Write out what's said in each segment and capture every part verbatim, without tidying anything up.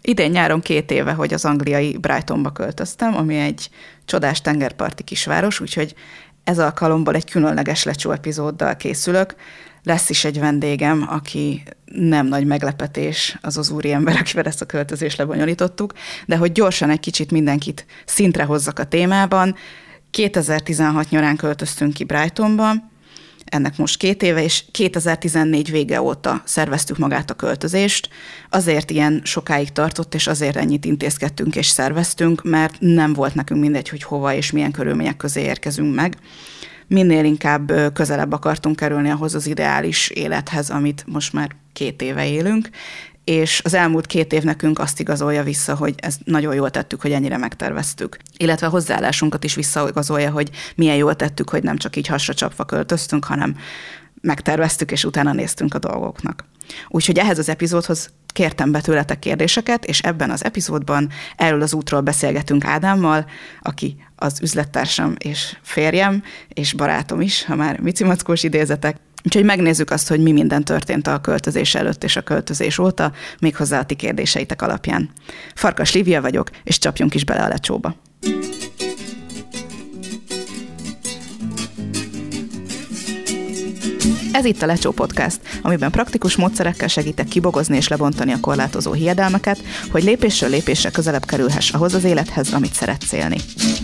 Idén nyáron két éve, hogy az angliai Brightonba költöztem, ami egy csodás tengerparti kisváros, úgyhogy ez alkalommal egy különleges lecsó epizóddal készülök. Lesz is egy vendégem, aki nem nagy meglepetés, az az úriember, akivel ezt a költözést lebonyolítottuk, de hogy gyorsan egy kicsit mindenkit szintre hozzak a témában. kétezer-tizenhat nyarán költöztünk ki Brightonba, ennek most két éve, és kétezer-tizennégy vége óta szerveztük magát a költözést. Azért ilyen sokáig tartott, és azért ennyit intézkedtünk és szerveztünk, mert nem volt nekünk mindegy, hogy hova és milyen körülmények közé érkezünk meg. Minél inkább közelebb akartunk kerülni ahhoz az ideális élethez, amit most már két éve élünk, és az elmúlt két év nekünk azt igazolja vissza, hogy ezt nagyon jól tettük, hogy ennyire megterveztük. Illetve a hozzáállásunkat is visszaigazolja, hogy milyen jól tettük, hogy nem csak így hasra csapva költöztünk, hanem megterveztük, és utána néztünk a dolgoknak. Úgyhogy ehhez az epizódhoz kértem be tőletek kérdéseket, és ebben az epizódban erről az útról beszélgetünk Ádámmal, aki az üzlettársam és férjem, és barátom is, ha már micimackós idézetek. Úgyhogy megnézzük azt, hogy mi minden történt a költözés előtt és a költözés óta, méghozzá a ti kérdéseitek alapján. Farkas Lívia vagyok, és csapjunk is bele a lecsóba. Ez itt a Lecsó Podcast, amiben praktikus módszerekkel segítek kibogozni és lebontani a korlátozó hiedelmeket, hogy lépésről lépésre közelebb kerülhess ahhoz az élethez, amit szeretsz élni.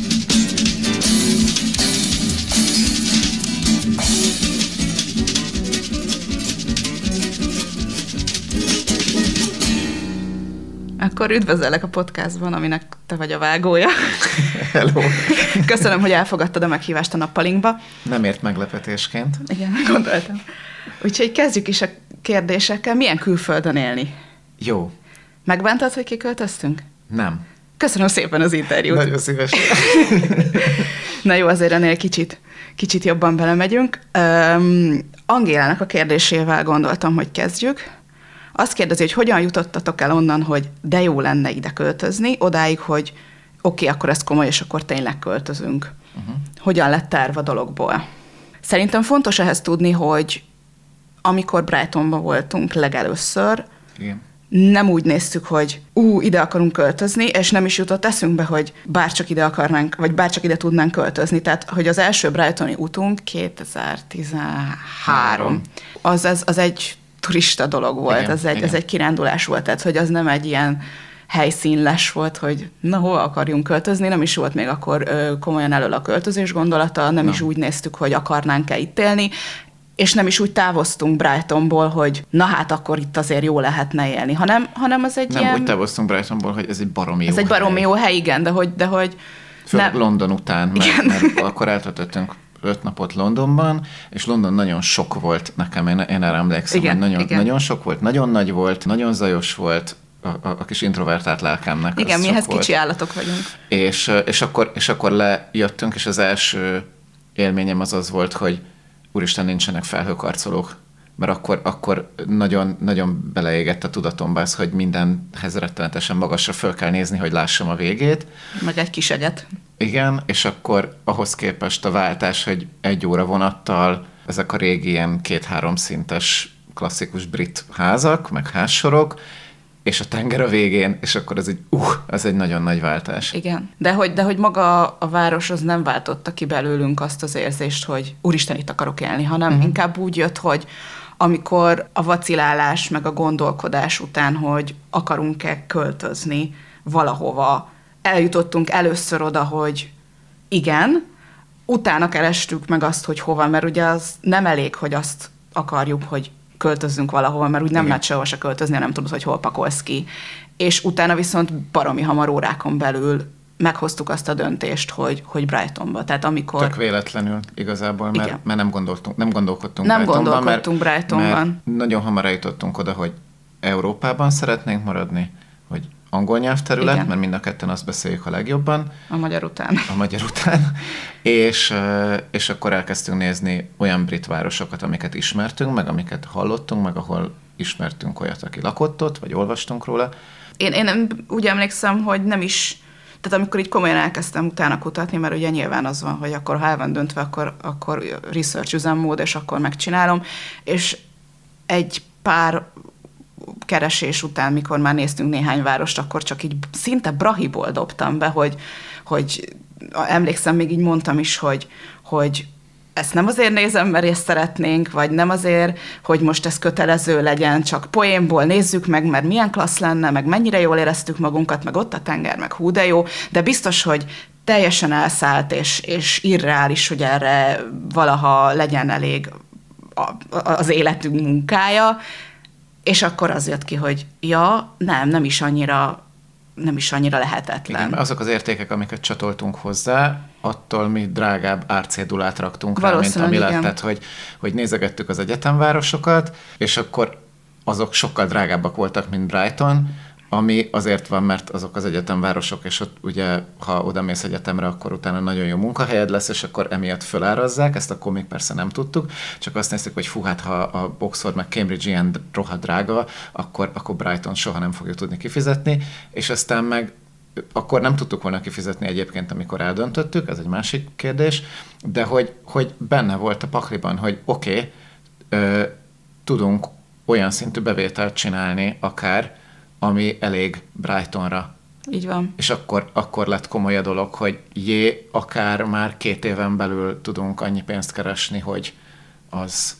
Akkor üdvözöllek a podcastban, aminek te vagy a vágója. Hello. Köszönöm, hogy elfogadtad a meghívást a nappalinkba. Nem ért meglepetésként. Igen, gondoltam. Úgyhogy kezdjük is a kérdésekkel. Milyen külföldön élni? Jó. Megbántad, hogy kiköltöztünk? Nem. Köszönöm szépen az interjút. Nagyon szívesen. Na jó, azért ennél kicsit, kicsit jobban belemegyünk. Um, Angélának a kérdésével gondoltam, hogy kezdjük. Azt kérdezi, hogy hogyan jutottatok el onnan, hogy de jó lenne ide költözni, odáig, hogy oké, okay, akkor ez komoly, és akkor tényleg költözünk. Uh-huh. Hogyan lett terv a dologból? Szerintem fontos ehhez tudni, hogy amikor Brightonban voltunk legelőször, igen, nem úgy néztük, hogy ú, ide akarunk költözni, és nem is jutott eszünkbe, hogy bárcsak ide akarnánk, vagy bárcsak ide tudnánk költözni. Tehát, hogy az első Brightoni utunk kétezer-tizenhárom, az, az, az egy turista dolog volt, igen, az, egy, az egy kirándulás volt, tehát hogy az nem egy ilyen helyszínles volt, hogy na, hol akarjunk költözni, nem is volt még akkor ö, komolyan elől a költözés gondolata, nem na. is úgy néztük, hogy akarnánk-e itt élni, és nem is úgy távoztunk Brightonból, hogy na hát akkor itt azért jó lehetne élni, hanem, hanem az egy nem ilyen... úgy távoztunk Brightonból, hogy ez egy baromi jó Ez egy baromi jó hely, igen, de hogy... De hogy Főleg nem... London után, mert, mert akkor eltöltöttünk öt napot Londonban, és London nagyon sok volt nekem, én, én erre emlékszem, igen, hogy nagyon, nagyon sok volt, nagyon nagy volt, nagyon zajos volt, a, a, a kis introvertált lelkemnek. Igen, mi ehhez kicsi állatok vagyunk. És, és, akkor, és akkor lejöttünk, és az első élményem az az volt, hogy úristen, nincsenek felhőkarcolók, mert akkor, akkor nagyon, nagyon beleégett a tudatomba ez, hogy mindenhez rettenetesen magasra föl kell nézni, hogy lássam a végét. Meg egy kis eget. Igen, és akkor ahhoz képest a váltás, hogy egy óra vonattal ezek a régi ilyen két-három szintes klasszikus brit házak, meg házsorok, és a tenger a végén, és akkor ez egy, uh, ez egy nagyon nagy váltás. Igen, de hogy, de hogy maga a város az nem váltotta ki belőlünk azt az érzést, hogy úristen, itt akarok élni, hanem uh-huh. inkább úgy jött, hogy amikor a vacilálás, meg a gondolkodás után, hogy akarunk-e költözni valahova, eljutottunk először oda, hogy igen, utána kerestük meg azt, hogy hova, mert ugye az nem elég, hogy azt akarjuk, hogy költözzünk valahova, mert úgy nem lehet sehova se költözni, nem tudod, hogy hol pakolsz ki. És utána viszont baromi hamar órákon belül meghoztuk azt a döntést, hogy, hogy Brightonba. Tehát amikor... Tök véletlenül igazából, mert, mert nem, gondoltunk, nem gondolkodtunk nem Brightonban. Nem gondolkodtunk Brightonban. Mert nagyon hamar eljutottunk oda, hogy Európában szeretnénk maradni, hogy angol nyelvterület, igen, mert mind a ketten azt beszéljük a legjobban. A magyar után. A magyar után. És, és akkor elkezdtünk nézni olyan brit városokat, amiket ismertünk, meg amiket hallottunk, meg ahol ismertünk olyat, aki lakott ott, vagy olvastunk róla. Én, én úgy emlékszem, hogy nem is, tehát amikor így komolyan elkezdtem utána kutatni, mert ugye nyilván az van, hogy akkor ha el van döntve, akkor, akkor research üzemmód, és akkor megcsinálom, és egy pár keresés után, mikor már néztünk néhány várost, akkor csak így szinte brahiból dobtam be, hogy, hogy emlékszem, még így mondtam is, hogy, hogy ezt nem azért nézem, mert ezt szeretnénk, vagy nem azért, hogy most ez kötelező legyen, csak poénból nézzük meg, mert milyen klassz lenne, meg mennyire jól éreztük magunkat, meg ott a tenger, meg hú de jó, de biztos, hogy teljesen elszállt, és, és irreális, hogy erre valaha legyen elég a, az életünk munkája, és akkor az jött ki, hogy ja, nem, nem is annyira nem is annyira lehetetlen. Igen, azok az értékek, amiket csatoltunk hozzá, attól mi drágább árcédulát raktunk rá, mint ami lett. Tehát, hogy, hogy nézegettük az egyetemvárosokat, és akkor azok sokkal drágábbak voltak, mint Brighton, ami azért van, mert azok az egyetemvárosok, és ott ugye, ha oda mész egyetemre, akkor utána nagyon jó munkahelyed lesz, és akkor emiatt fölárazzák, ezt akkor még persze nem tudtuk, csak azt néztük, hogy fú, hát ha a Oxford meg Cambridge ilyen rohadt drága, akkor, akkor Brighton soha nem fogja tudni kifizetni, és aztán meg akkor nem tudtuk volna kifizetni egyébként, amikor eldöntöttük, ez egy másik kérdés, de hogy, hogy benne volt a pakliban, hogy oké, okay, tudunk olyan szintű bevételt csinálni akár, ami elég Brightonra. Így van. És akkor, akkor lett komoly a dolog, hogy jé, akár már két éven belül tudunk annyi pénzt keresni, hogy az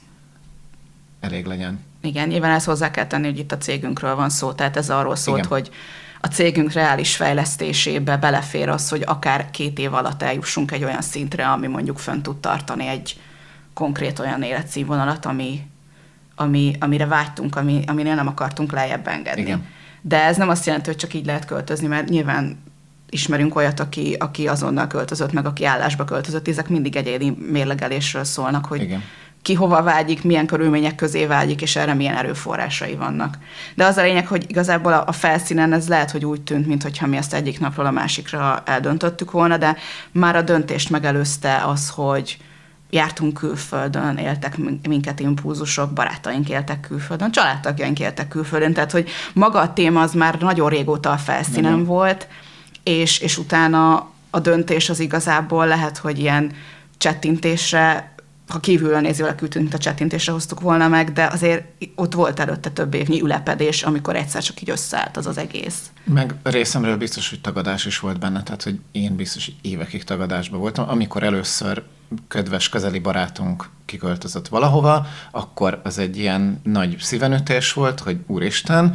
elég legyen. Igen, nyilván ezt hozzá kell tenni, hogy itt a cégünkről van szó, tehát ez arról szólt, igen, hogy a cégünk reális fejlesztésébe belefér az, hogy akár két év alatt eljussunk egy olyan szintre, ami mondjuk fönn tud tartani egy konkrét olyan életszínvonalat, ami, ami, amire vágytunk, ami, aminél nem akartunk lejjebb engedni. Igen. De ez nem azt jelenti, hogy csak így lehet költözni, mert nyilván ismerünk olyat, aki, aki azonnal költözött, meg aki állásba költözött, ezek mindig egyéni mérlegelésről szólnak, hogy igen, ki hova vágyik, milyen körülmények közé vágyik, és erre milyen erőforrásai vannak. De az a lényeg, hogy igazából a felszínen ez lehet, hogy úgy tűnt, mintha mi ezt egyik napról a másikra eldöntöttük volna, de már a döntést megelőzte az, hogy jártunk külföldön, éltek minket impulzusok, barátaink éltek külföldön, családtagjaink éltek külföldön, tehát hogy maga a téma az már nagyon régóta a felszínen mm. volt, és, és utána a döntés az igazából lehet, hogy ilyen csettintésre, ha kívülről nézőleg küldtünk, mint a csettintésre hoztuk volna meg, de azért ott volt előtte több évnyi ülepedés, amikor egyszer csak így összeállt az az egész. Meg részemről biztos, hogy tagadás is volt benne, tehát hogy én biztos, hogy évekig tagadásban voltam. Amikor először kedves, közeli barátunk kiköltözött valahova, akkor az egy ilyen nagy szívenütés volt, hogy úristen,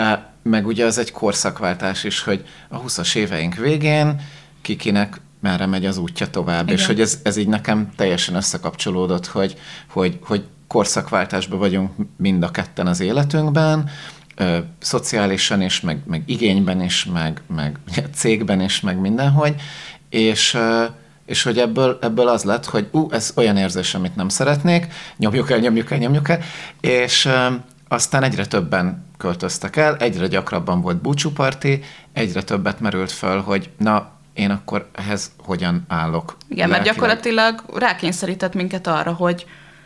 meg ugye az egy korszakváltás is, hogy a huszas éveink végén kikinek merre megy az útja tovább, igen, és hogy ez, ez így nekem teljesen összekapcsolódott, hogy, hogy, hogy korszakváltásban vagyunk mind a ketten az életünkben, ö, szociálisan is, meg, meg igényben is, meg, meg cégben is, meg mindenhogy, és, ö, és hogy ebből, ebből az lett, hogy ú, ez olyan érzés, amit nem szeretnék, nyomjuk el, nyomjuk el, nyomjuk el, és ö, aztán egyre többen költöztek el, egyre gyakrabban volt búcsúparti, egyre többet merült föl, hogy na, én akkor ehhez hogyan állok? Igen, lelkileg. Mert gyakorlatilag rákényszerített minket arra, hogy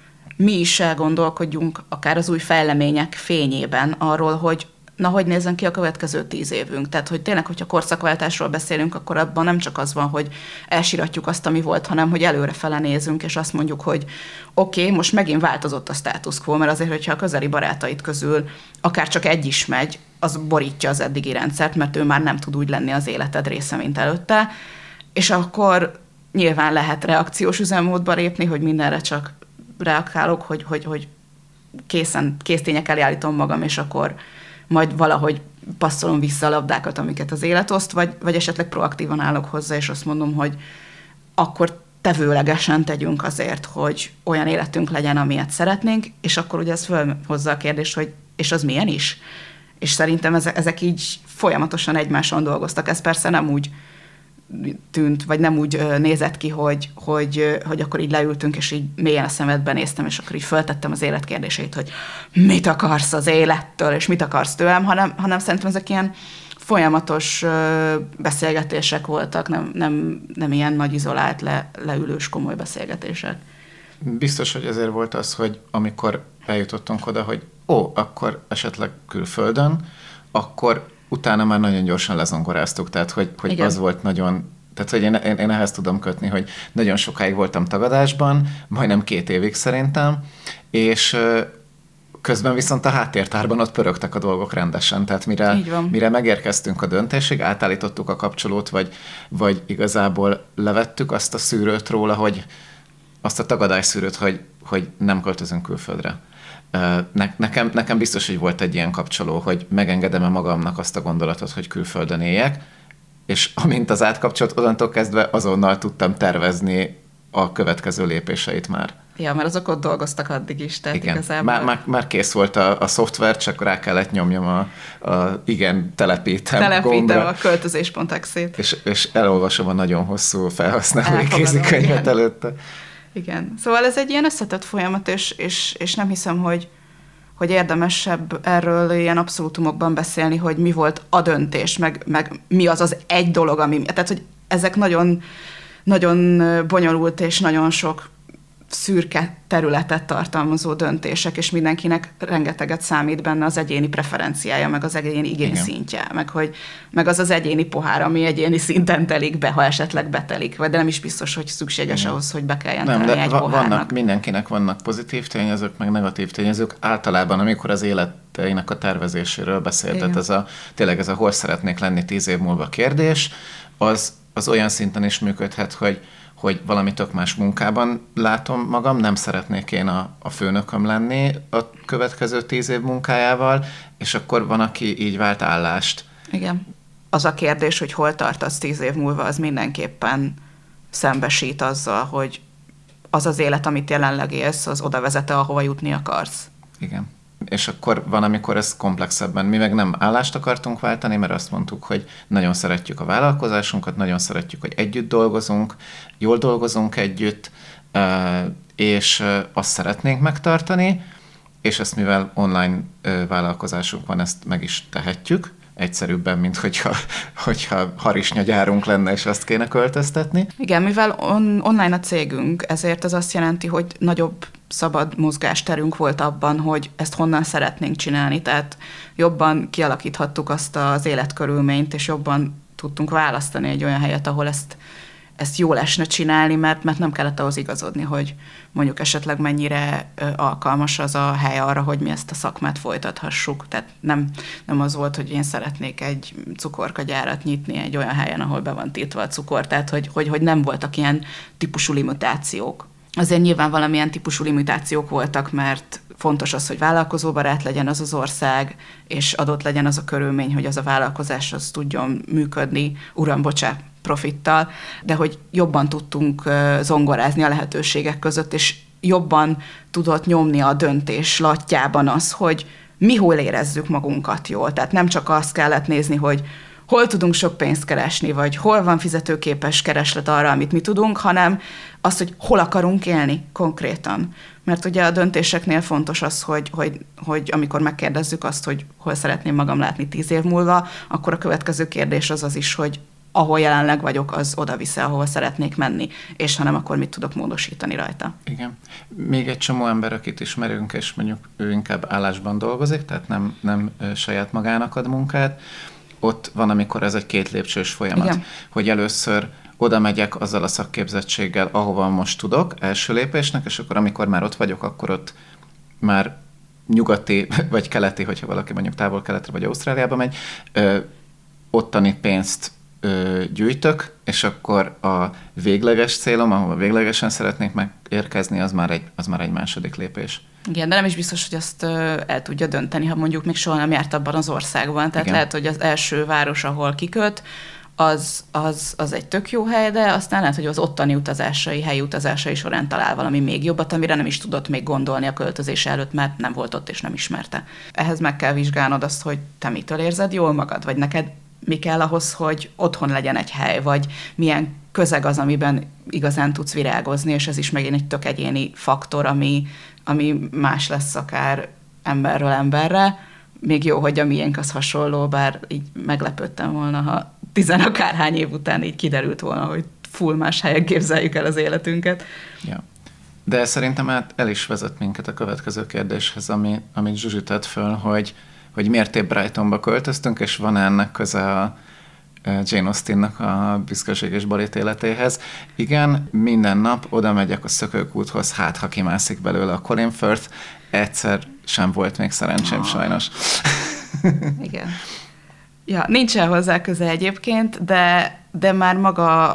mi is elgondolkodjunk akár az új fejlemények fényében arról, hogy na, hogy nézzen ki a következő tíz évünk. Tehát, hogy tényleg, hogyha korszakváltásról beszélünk, akkor abban nem csak az van, hogy elsiratjuk azt, ami volt, hanem, hogy előrefele nézünk, és azt mondjuk, hogy oké, okay, most megint változott a status quo, mert azért, hogyha a közeli barátaid közül akár csak egy is megy, az borítja az eddigi rendszert, mert ő már nem tud úgy lenni az életed része, mint előtte, és akkor nyilván lehet reakciós üzemmódba lépni, hogy mindenre csak reagálok, hogy, hogy, hogy készen, késztények elé állítom magam, és akkor majd valahogy passzolom vissza a labdákat, amiket az élet oszt, vagy, vagy esetleg proaktívan állok hozzá, és azt mondom, hogy akkor tevőlegesen tegyünk azért, hogy olyan életünk legyen, amilyet szeretnénk, és akkor ugye ez fölhozza a kérdést, hogy és az milyen is? És szerintem ezek, ezek így folyamatosan egymáson dolgoztak. Ez persze nem úgy tűnt, vagy nem úgy nézett ki, hogy, hogy, hogy akkor így leültünk, és így mélyen a szemedbe néztem, és akkor így föltettem az élet kérdéseit, hogy mit akarsz az élettől, és mit akarsz tőlem, hanem, hanem szerintem ezek ilyen folyamatos beszélgetések voltak, nem, nem, nem ilyen nagy izolált, le, leülős, komoly beszélgetések. Biztos, hogy ezért volt az, hogy amikor eljutottunk oda, hogy ó, akkor esetleg külföldön, akkor utána már nagyon gyorsan lezongoráztuk, tehát hogy, hogy az volt nagyon, tehát hogy én, én, én ehhez tudom kötni, hogy nagyon sokáig voltam tagadásban, majdnem két évig szerintem, és Közben viszont a háttértárban ott pörögtek a dolgok rendesen, tehát mire, mire megérkeztünk a döntésig, átállítottuk a kapcsolót, vagy, vagy igazából levettük azt a szűrőt róla, hogy azt a tagadályszűrőt, hogy, hogy nem költözünk külföldre. Ne, nekem, nekem biztos, hogy volt egy ilyen kapcsoló, hogy megengedem-e magamnak azt a gondolatot, hogy külföldön éljek, és amint az átkapcsolt, onnantól kezdve azonnal tudtam tervezni a következő lépéseit már. Ja, mert azok ott dolgoztak addig is, tehát igen. igazából... Már, már, már kész volt a, a szoftver, csak rá kellett nyomjam a, a igen, telepítem, telepítem gombra. a költözés.exe-t. És, és elolvasom a nagyon hosszú felhasználói kézikönyvet előtte. Igen. Szóval ez egy ilyen összetett folyamat, és, és, és nem hiszem, hogy, hogy érdemesebb erről ilyen abszolútumokban beszélni, hogy mi volt a döntés, meg, meg mi az az egy dolog, ami... Tehát, hogy ezek nagyon, nagyon bonyolult és nagyon sok szürke területet tartalmazó döntések, és mindenkinek rengeteget számít benne az egyéni preferenciája, meg az egyéni igényszintje, meg, hogy, meg az az egyéni pohár, ami egyéni szinten telik be, ha esetleg betelik, vagy de nem is biztos, hogy szükséges igen. ahhoz, hogy be kelljen nem, tenni egy va- pohárnak. Vannak, mindenkinek vannak pozitív tényezők, meg negatív tényezők. Általában, amikor az életeinek a tervezéséről beszélt, tehát ez a, tényleg ez a hol szeretnék lenni tíz év múlva kérdés, az, az olyan szinten is működhet, hogy hogy valami tök más munkában látom magam, nem szeretnék én a, a főnököm lenni a következő tíz év munkájával, és akkor van, aki így vált állást. Igen. Az a kérdés, hogy hol tartasz tíz év múlva, az mindenképpen szembesít azzal, hogy az az élet, amit jelenleg élsz, az oda vezet-e, ahova jutni akarsz. Igen. És akkor van, amikor ez komplexebben. Mi meg nem állást akartunk váltani, mert azt mondtuk, hogy nagyon szeretjük a vállalkozásunkat, nagyon szeretjük, hogy együtt dolgozunk, jól dolgozunk együtt, és azt szeretnénk megtartani, és ezt mivel online vállalkozásunk van, ezt meg is tehetjük, egyszerűbben, mint hogyha, hogyha harisnyagyárunk lenne, és azt kéne költöztetni. Igen, mivel on, online a cégünk, ezért ez azt jelenti, hogy nagyobb szabad mozgásterünk volt abban, hogy ezt honnan szeretnénk csinálni, tehát jobban kialakíthattuk azt az életkörülményt, és jobban tudtunk választani egy olyan helyet, ahol ezt, ezt jól esne csinálni, mert, mert nem kellett ahhoz igazodni, hogy mondjuk esetleg mennyire alkalmas az a hely arra, hogy mi ezt a szakmát folytathassuk. Tehát nem, nem az volt, hogy én szeretnék egy cukorkagyárat nyitni egy olyan helyen, ahol be van tiltva a cukor, tehát hogy, hogy, hogy nem voltak ilyen típusú limitációk. Azért nyilván valamilyen típusú limitációk voltak, mert fontos az, hogy vállalkozóbarát legyen az az ország, és adott legyen az a körülmény, hogy az a vállalkozás az tudjon működni, uram, bocsánat, profittal, de hogy jobban tudtunk zongorázni a lehetőségek között, és jobban tudott nyomni a döntés lattyában az, hogy mi hol érezzük magunkat jól. Tehát nem csak azt kellett nézni, hogy hol tudunk sok pénzt keresni, vagy hol van fizetőképes kereslet arra, amit mi tudunk, hanem azt, hogy hol akarunk élni konkrétan. Mert ugye a döntéseknél fontos az, hogy, hogy, hogy amikor megkérdezzük azt, hogy hol szeretném magam látni tíz év múlva, akkor a következő kérdés az az is, hogy ahol jelenleg vagyok, az oda visze, ahova szeretnék menni, és ha nem, akkor mit tudok módosítani rajta. Igen. Még egy csomó ember, akit ismerünk, és mondjuk ő inkább állásban dolgozik, tehát nem, nem saját magának ad munkát, ott van, amikor ez egy két lépcsős folyamat, igen. hogy először oda megyek azzal a szakképzettséggel, ahova most tudok, első lépésnek, és akkor amikor már ott vagyok, akkor ott már nyugati, vagy keleti, hogyha valaki mondjuk távol-keletre vagy Ausztráliába megy, ö, ottani pénzt ö, gyűjtök, és akkor a végleges célom, ahova véglegesen szeretnék megérkezni, az már egy, az már egy második lépés. Igen, de nem is biztos, hogy azt el tudja dönteni, ha mondjuk még soha nem járt abban az országban. Tehát igen. lehet, hogy az első város, ahol kiköt, az, az, az egy tök jó hely, de aztán lehet, hogy az ottani utazásai, helyi utazásai során talál valami még jobbat, amire nem is tudott még gondolni a költözés előtt, mert nem volt ott és nem ismerte. Ehhez meg kell vizsgálnod azt, hogy te mitől érzed jól magad, vagy neked mi kell ahhoz, hogy otthon legyen egy hely, vagy milyen közeg az, amiben igazán tudsz virágozni, és ez is megint egy tök egyéni faktor, ami, ami más lesz akár emberről emberre. Még jó, hogy a miénk az hasonló, bár így meglepődtem volna, ha tizenakárhány év után így kiderült volna, hogy full más helyen képzeljük el az életünket. Ja. De szerintem át el is vezet minket a következő kérdéshez, ami, amit Zsuzsi tett föl, hogy, hogy miért épp Brightonba költöztünk, és van ennek köze a Jane Austennak a Büszkeség és Barét életéhez. Igen, minden nap oda megyek a Szökőkúthoz, hát ha kimászik belőle a Colin Firth, egyszer sem volt még szerencsém, oh. sajnos. Igen. Ja, nincsen hozzá köze egyébként, de, de már maga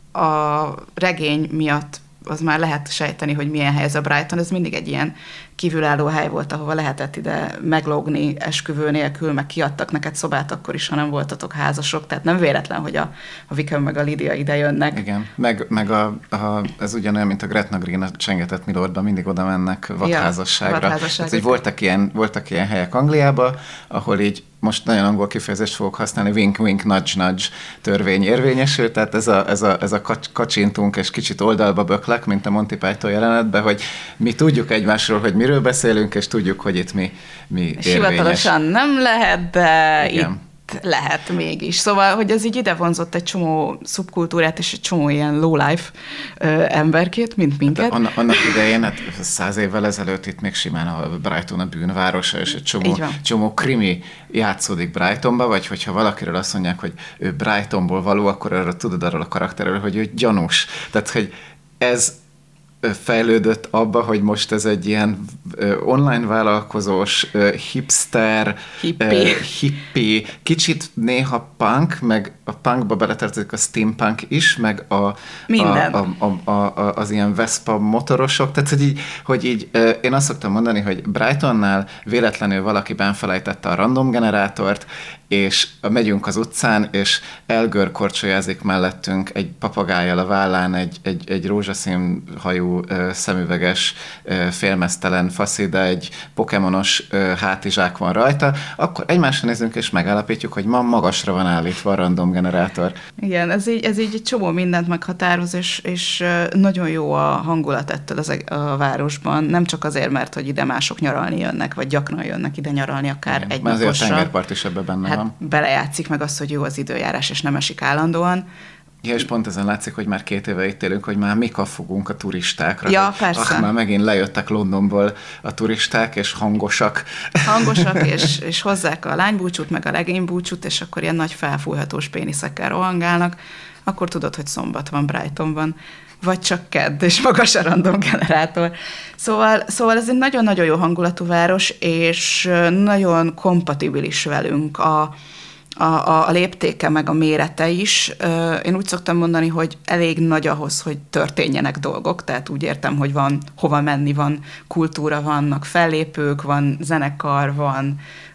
a regény miatt az már lehet sejteni, hogy milyen hely ez a Brighton. Ez mindig egy ilyen kívülálló hely volt, ahova lehetett ide meglógni esküvő nélkül, meg kiadtak neked szobát akkor is, ha nem voltatok házasok. Tehát nem véletlen, hogy a, a Wickham meg a Lydia ide jönnek. Igen, meg, meg a, a, ez ugyanolyan, mint a Gretna Green a Csengetett Milordban, mindig oda mennek vadházasságra. Ja, vadházasságra. Tehát, voltak, ilyen, voltak ilyen helyek Angliában, ahol így most nagyon angol kifejezést fogok használni, wink-wink, nudge-nudge törvény érvényesül, tehát ez a, ez a, ez a kacsintunk és kicsit oldalba böklek, mint a Monty Python jelenetben, hogy mi tudjuk egymásról, hogy miről beszélünk, és tudjuk, hogy itt mi, mi érvényes. Hivatalosan nem lehet, de igen. Itt lehet mégis. Szóval, hogy ez így ide vonzott egy csomó szubkultúrát, és egy csomó ilyen low-life ö, emberkét, mint minket. Annak, annak idején, hát száz évvel ezelőtt itt még simán a Brighton a bűnvárosa, és egy csomó, csomó krimi játszódik Brightonba, vagy hogyha valakiről azt mondják, hogy ő Brightonból való, akkor arra tudod arról a karakterről, hogy ő gyanús. Tehát, hogy ez fejlődött abba, hogy most ez egy ilyen online vállalkozós, hipster, hippie. hippie, kicsit néha punk, meg a punkba beletartozik a steampunk is, meg a, a, a, a, a, az ilyen Vespa motorosok, tehát hogy így, hogy így én azt szoktam mondani, hogy Brightonnál véletlenül valaki benfelejtette a random generátort, és megyünk az utcán, és elgörkorcsolyázik mellettünk egy papagájjal a vállán, egy, egy, egy rózsaszín hajú, szemüveges, félmeztelen faszi, de egy pokémonos hátizsák van rajta, akkor egymásra nézünk, és megállapítjuk, hogy ma magasra van állítva a random generátor. Igen, ez így, ez így egy csomó mindent meghatároz, és, és nagyon jó a hangulat ettől az a városban. Nem csak azért, mert hogy ide mások nyaralni jönnek, vagy gyakran jönnek ide nyaralni, akár igen, egy naposra. Azért a tengerpart is ebben benne hát van. Belejátszik meg az, hogy jó az időjárás, és nem esik állandóan. Ja, és pont ezen látszik, hogy már két éve itt élünk, hogy már mi kafogunk a turistákra. Ja, persze. Ah, már megint lejöttek Londonból a turisták, és hangosak. Hangosak, és, és hozzák a lánybúcsút, meg a legénybúcsút, és akkor ilyen nagy felfújhatós péniszekkel rohangálnak, akkor tudod, hogy szombat van Brightonban, vagy csak kedd, és magas a random generátor. Szóval, szóval ez egy nagyon-nagyon jó hangulatú város, és nagyon kompatibilis velünk a A, a, a léptéke, meg a mérete is. Én úgy szoktam mondani, hogy elég nagy ahhoz, hogy történjenek dolgok, tehát úgy értem, hogy van hova menni, van kultúra, vannak fellépők, van zenekar, van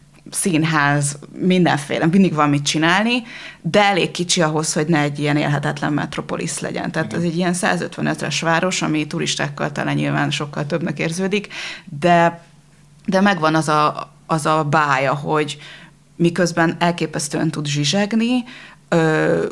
színház, mindenféle, mindig van mit csinálni, de elég kicsi ahhoz, hogy ne egy ilyen élhetetlen metropolis legyen. Tehát igen. Ez egy ilyen százötvenezres város, ami turistákkal talán nyilván sokkal többnek érződik, de, de megvan az a, az a bája, hogy miközben elképesztően tud zsizsegni, ö,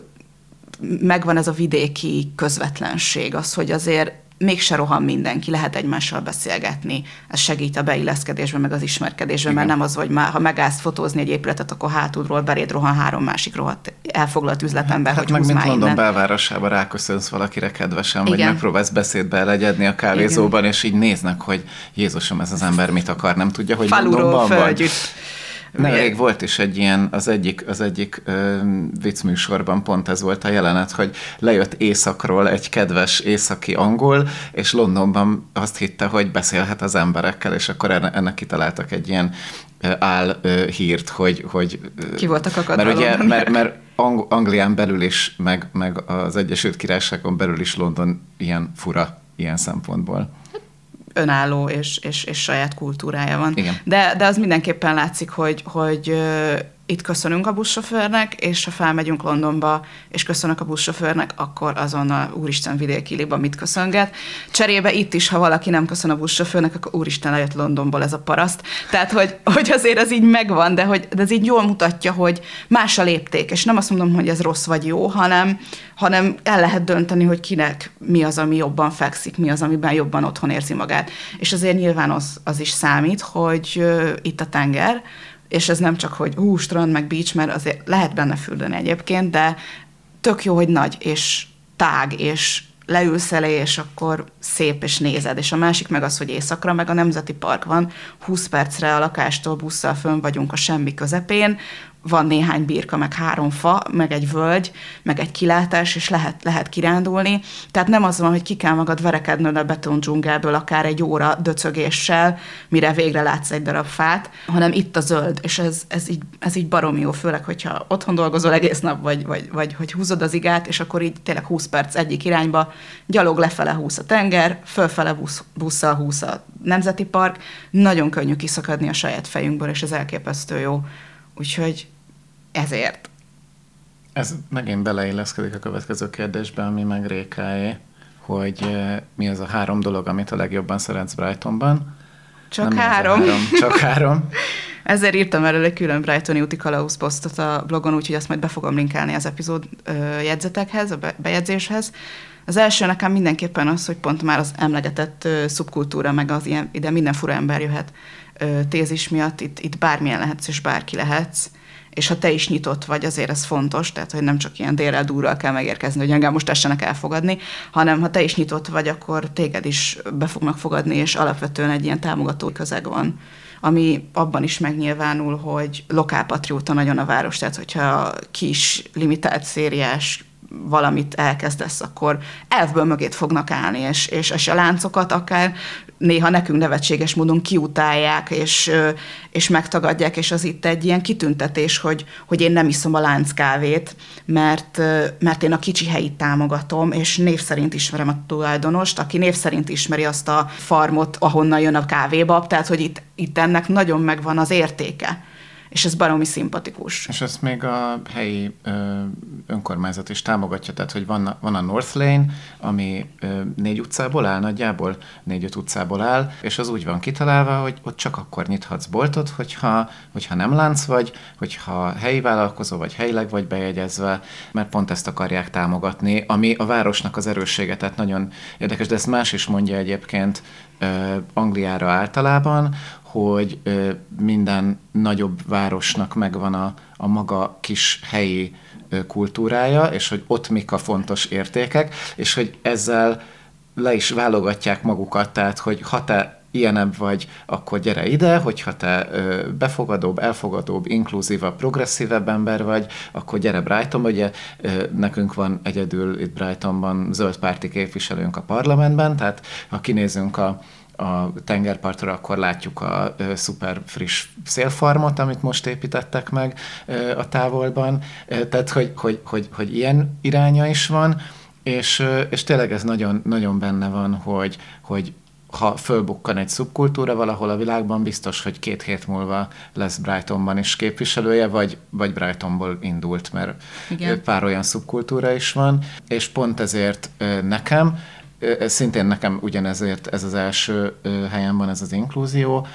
megvan ez a vidéki közvetlenség, az, hogy azért mégse rohan mindenki, lehet egymással beszélgetni, ez segít a beilleszkedésben, meg az ismerkedésben, igen. Mert nem az, hogy már, ha megállsz fotózni egy épületet, akkor hátulról beléd rohan három másik rohadt elfoglalt üzletember, hát, hogy hát húz meg már mint London innen. belvárosában ráköszönsz valakire kedvesen, igen. Vagy megpróbálsz beszédbe elegyedni a kávézóban, igen. És így néznek, hogy Jézusom, ez az ember mit akar, nem tudja, hogy Londonban vagy. Nemrég volt is egy ilyen, az egyik, az egyik ö, viccműsorban pont ez volt a jelenet, hogy lejött északról egy kedves északi angol, és Londonban azt hitte, hogy beszélhet az emberekkel, és akkor ennek kitaláltak egy ilyen áll hírt, hogy... hogy ki volt a kakadalom? Mert ugye, mert, mert Anglián belül is, meg, meg az Egyesült Királyságon belül is London ilyen fura, ilyen szempontból. Önálló és, és, és saját kultúrája van. Igen. De, de az mindenképpen látszik, hogy, hogy uh, itt köszönünk a buszsofőrnek, és ha felmegyünk Londonba, és köszönök a buszsofőrnek, akkor azonnal úristen vidéki liba mit köszönget. Cserébe itt is, ha valaki nem köszön a buszsofőrnek, akkor úristen lejött Londonból ez a paraszt. Tehát, hogy, hogy azért ez így megvan, de, hogy, de ez így jól mutatja, hogy más a lépték, és nem azt mondom, hogy ez rossz vagy jó, hanem, hanem el lehet dönteni, hogy kinek mi az, ami jobban fekszik, mi az, amiben jobban otthon érzi magát. És azért nyilván az, az is számít, hogy uh, itt a tenger, és ez nem csak, hogy hú, strand, meg beach, mert azért lehet benne fürdeni egyébként, de tök jó, hogy nagy, és tág, és leülsz elé, és akkor szép, és nézed. És a másik meg az, hogy éjszakra, meg a Nemzeti Park van, húsz percre a lakástól busszal fönn vagyunk a semmi közepén, van néhány birka, meg három fa, meg egy völgy, meg egy kilátás, és lehet, lehet kirándulni. Tehát nem az van, hogy ki kell magad verekednöd a beton dzsungelből akár egy óra döcögéssel, mire végre látsz egy darab fát, hanem itt a zöld, és ez, ez, így, ez így baromi jó, főleg, hogyha otthon dolgozol egész nap, vagy, vagy, vagy hogy húzod az igát, és akkor így tényleg húsz perc egyik irányba, gyalog lefele húsz a tenger, fölfele busz, busszal húsz a nemzeti park, nagyon könnyű kiszakadni a saját fejünkből, és ez elképesztő jó. Úgyhogy ezért. Ez megint beleilleszkedik a következő kérdésbe, ami meg Rékáé, hogy mi az a három dolog, amit a legjobban szeretsz Brightonban. Csak Nem három. három. Csak három. Ezért írtam erről egy külön Brightoni úti kalauz posztot a blogon, úgyhogy azt majd be fogom linkelni az epizód jegyzetekhez, a bejegyzéshez. Az első nekem mindenképpen az, hogy pont már az emlegetett szubkultúra, meg az ilyen, ide minden fura ember jöhet tézis miatt, itt, itt bármilyen lehetsz, és bárki lehetsz, és ha te is nyitott vagy, azért ez fontos, tehát hogy nem csak ilyen délrel dúrral kell megérkezni, hogy engem most tessenek elfogadni, hanem ha te is nyitott vagy, akkor téged is be fognak fogadni, és alapvetően egy ilyen támogató közeg van, ami abban is megnyilvánul, hogy lokálpatrióta nagyon a város, tehát hogyha kis, limitált szériás valamit elkezdesz, akkor elfből mögét fognak állni, és, és, és a láncokat akár néha nekünk nevetséges módon kiutálják, és, és megtagadják, és az itt egy ilyen kitüntetés, hogy, hogy én nem iszom a lánckávét, mert, mert én a kicsi helyit támogatom, és név szerint ismerem a tulajdonost, aki név szerint ismeri azt a farmot, ahonnan jön a kávébab, tehát hogy itt, itt ennek nagyon megvan az értéke. És ez baromi szimpatikus. És ezt még a helyi ö, önkormányzat is támogatja, tehát hogy van a, van a North Lane, ami ö, négy utcából áll nagyjából, négy-öt utcából áll, és az úgy van kitalálva, hogy ott csak akkor nyithatsz boltot, hogyha, hogyha nem lánc vagy, hogyha helyi vállalkozó vagy helyileg vagy bejegyezve, mert pont ezt akarják támogatni, ami a városnak az erőssége, tehát nagyon érdekes, de ezt más is mondja egyébként ö, Angliára általában, hogy ö, minden nagyobb városnak megvan a, a maga kis helyi ö, kultúrája, és hogy ott mik a fontos értékek, és hogy ezzel le is válogatják magukat, tehát hogy ha te ilyenebb vagy, akkor gyere ide, hogyha te ö, befogadóbb, elfogadóbb, inkluzívabb, progresszívebb ember vagy, akkor gyere Brightonba. Ugye ö, nekünk van egyedül itt Brightonban zöld párti képviselőnk a parlamentben, tehát ha kinézünk a a tengerpartra, akkor látjuk a ö, szuper friss szélfarmot, amit most építettek meg ö, a távolban. Ö, tehát, hogy, hogy, hogy, hogy ilyen iránya is van, és, ö, és tényleg ez nagyon, nagyon benne van, hogy, hogy ha fölbukkan egy szubkultúra valahol a világban, biztos, hogy két hét múlva lesz Brightonban is képviselője, vagy, vagy Brightonból indult, mert Igen. pár olyan szubkultúra is van, és pont ezért ö, nekem szintén nekem ugyanezért ez az első helyen van ez az inklúzió,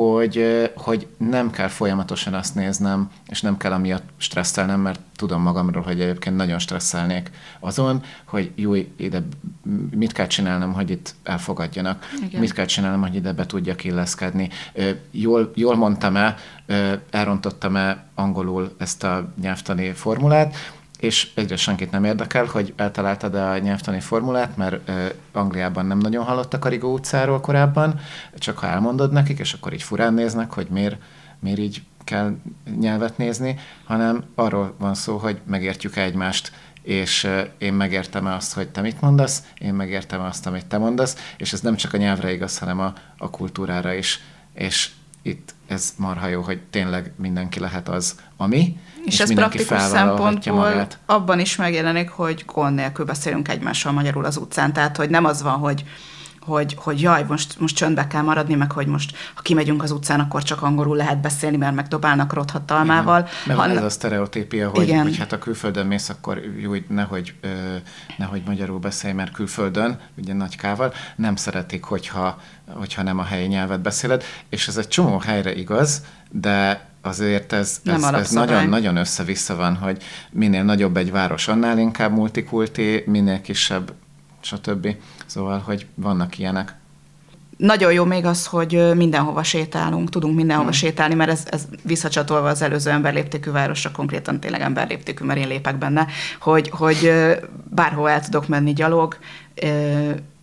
hogy, hogy nem kell folyamatosan azt néznem, és nem kell amiatt stresszelnem, mert tudom magamról, hogy egyébként nagyon stresszelnék azon, hogy jó, ide mit kell csinálnom, hogy itt elfogadjanak, Igen. mit kell csinálnom, hogy ide be tudjak illeszkedni. Jól, jól mondtam-e, elrontottam-e angolul ezt a nyelvtani formulát, és egyre senkit nem érdekel, hogy eltaláltad a nyelvtani formulát, mert uh, Angliában nem nagyon hallottak a Rigó utcáról korábban, csak ha elmondod nekik, és akkor így furán néznek, hogy miért, miért így kell nyelvet nézni, hanem arról van szó, hogy megértjük egymást, és uh, én megértem-e azt, hogy te mit mondasz, én megértem azt, amit te mondasz, és ez nem csak a nyelvre igaz, hanem a, a kultúrára is. És itt ez marha jó, hogy tényleg mindenki lehet az, ami, és, és ez praktikus szempontból magát. Abban is megjelenik, hogy gond nélkül beszélünk egymással magyarul az utcán, tehát hogy nem az van, hogy hogy, hogy jaj, most, most csöndbe kell maradni, meg hogy most, ha kimegyünk az utcán, akkor csak angolul lehet beszélni, mert megdobálnak rothattalmával. Mert Han... ez a sztereotípia, hogy, hogy hát a külföldön mész, akkor jó, nehogy, ö, nehogy magyarul beszélj, mert külföldön, ugye nagy kával, nem szeretik, hogyha, hogyha nem a helyi nyelvet beszéled, és ez egy csomó helyre igaz, de azért ez, ez, ez nagyon-nagyon össze-vissza van, hogy minél nagyobb egy város, annál inkább multikulti, minél kisebb, stb. Szóval, hogy vannak ilyenek. Nagyon jó még az, hogy mindenhova sétálunk, tudunk mindenhova hmm. sétálni, mert ez, ez visszacsatolva az előző emberléptékű városra, konkrétan tényleg emberléptékű, mert én lépek benne, hogy, hogy bárhol el tudok menni gyalog,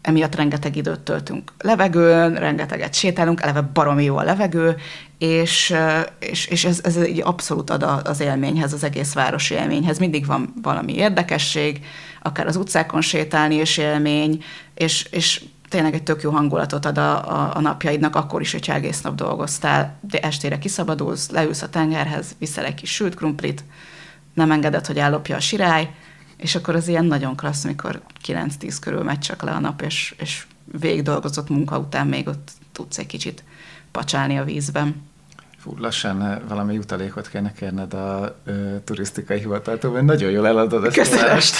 emiatt rengeteg időt töltünk levegőn, rengeteget sétálunk, eleve baromi jó a levegő, és, és, és ez, ez egy abszolút ad az élményhez, az egész városi élményhez. Mindig van valami érdekesség, akár az utcákon sétálni is élmény, és, és tényleg egy tök jó hangulatot ad a, a, a napjaidnak, akkor is, hogyha egész nap dolgoztál, de estére kiszabadulsz, leülsz a tengerhez, viszel egy kis sült krumplit, nem engeded, hogy ellopja a sirály, és akkor az ilyen nagyon klassz, mikor kilenc-tíz körül megy csak le a nap, és, és végig dolgozott munka után még ott tudsz egy kicsit pacsálni a vízben. Fú, lassan valami jutalékot kéne kérned a ö, turisztikai hivataltól, mert nagyon jól eladod ezt a várost.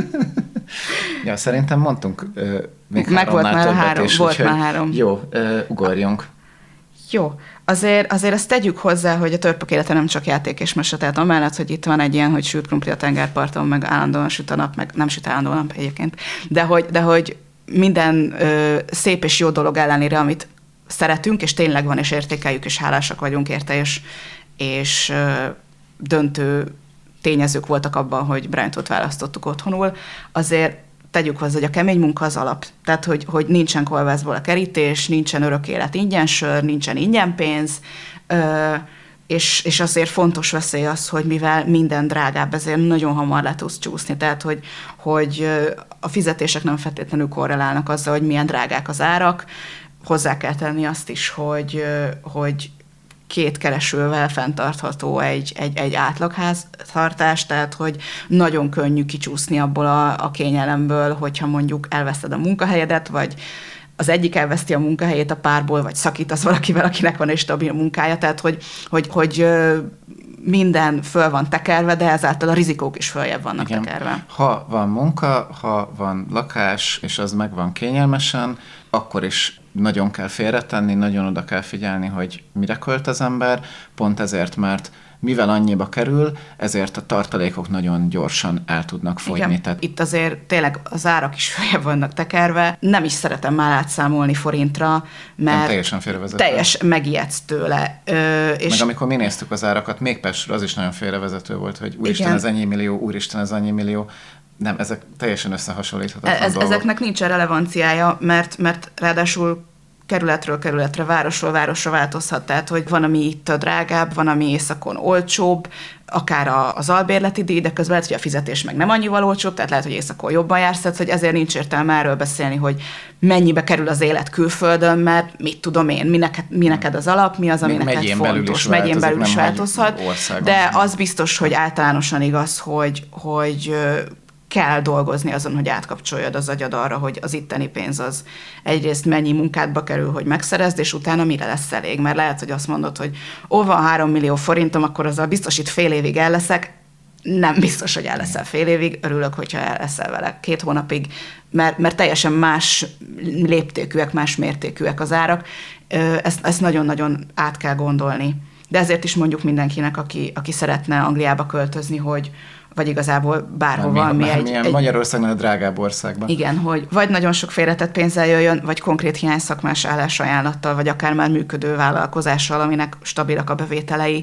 Ja, szerintem mondtunk ö, még Meg volt már három, is, volt már három. Jó, ö, ugorjunk. Jó, azért, azért azt tegyük hozzá, hogy a Törpök élete nem csak játék és mese, tehát amellett, hogy itt van egy ilyen, hogy sült krumpli a tengerparton, meg állandóan süt a nap, meg nem süt állandóan nap egyébként, de hogy, de hogy minden ö, szép és jó dolog ellenére, amit szeretünk, és tényleg van, és értékeljük, és hálásak vagyunk érte, és, és ö, döntő tényezők voltak abban, hogy Bryant-ot választottuk otthonul, azért tegyük hozzá, hogy a kemény munka az alap. Tehát, hogy, hogy nincsen kolbászból a kerítés, nincsen örök élet ingyen sör, nincsen ingyen pénz, ö, és, és azért fontos veszély az, hogy mivel minden drágább, ezért nagyon hamar le tudsz csúszni. Tehát, hogy, hogy a fizetések nem feltétlenül korrelálnak azzal, hogy milyen drágák az árak. Hozzá kell tenni azt is, hogy, hogy két keresővel fenntartható egy, egy, egy átlagháztartás, tehát hogy nagyon könnyű kicsúszni abból a, a kényelemből, hogyha mondjuk elveszted a munkahelyedet, vagy az egyik elveszti a munkahelyét a párból, vagy szakítasz valakivel, akinek van egy stabil munkája, tehát hogy, hogy, hogy minden föl van tekerve, de ezáltal a rizikók is följebb vannak Igen. tekerve. Ha van munka, ha van lakás, és az meg van kényelmesen, akkor is nagyon kell félretenni, nagyon oda kell figyelni, hogy mire költ az ember, pont ezért, mert mivel annyiba kerül, ezért a tartalékok nagyon gyorsan el tudnak fogyni. Igen, tehát itt azért tényleg az árak is följebb vannak tekerve. Nem is szeretem már átszámolni forintra, mert nem, teljesen félrevezető. Teljes megijedsz tőle. Ö, és meg amikor mi néztük az árakat, még Pestre az is nagyon félrevezető volt, hogy úristen, Igen. ez ennyi millió, úristen, ez annyi millió. Nem, ezek teljesen összehasonlíthatatlan ez, dolgok. Ezeknek nincs relevanciája, mert, mert ráadásul kerületről kerületre, városról városra változhat, tehát hogy van, ami itt a drágább, van, ami északon olcsóbb, akár az albérleti díj, de közben lehet, hogy a fizetés meg nem annyival olcsóbb, tehát lehet, hogy északon jobban jársz, tehát hogy ezért nincs értelme erről beszélni, hogy mennyibe kerül az élet külföldön, mert mit tudom én, mi neked, mi neked az alap, mi az, ami neked fontos. Megyén belül is változhat, de az biztos, hogy általánosan igaz, hogy, hogy kell dolgozni azon, hogy átkapcsoljad az agyad arra, hogy az itteni pénz az egyrészt mennyi munkádba kerül, hogy megszerezd, és utána mire lesz elég. Mert lehet, hogy azt mondod, hogy ó, van három millió forintom, akkor azzal biztos itt fél évig el leszek. Nem biztos, hogy el leszel fél évig. Örülök, hogyha el leszel vele két hónapig, mert, mert teljesen más léptékűek, más mértékűek az árak. Ezt, ezt nagyon-nagyon át kell gondolni. De ezért is mondjuk mindenkinek, aki, aki szeretne Angliába költözni, hogy vagy igazából bárhova, ami mi egy, egy... Magyarországon a drágább országban. Igen, hogy vagy nagyon sok félretett pénzzel jöjjön, vagy konkrét hiány szakmás állásajánlattal, vagy akár már működő vállalkozással, aminek stabilak a bevételei,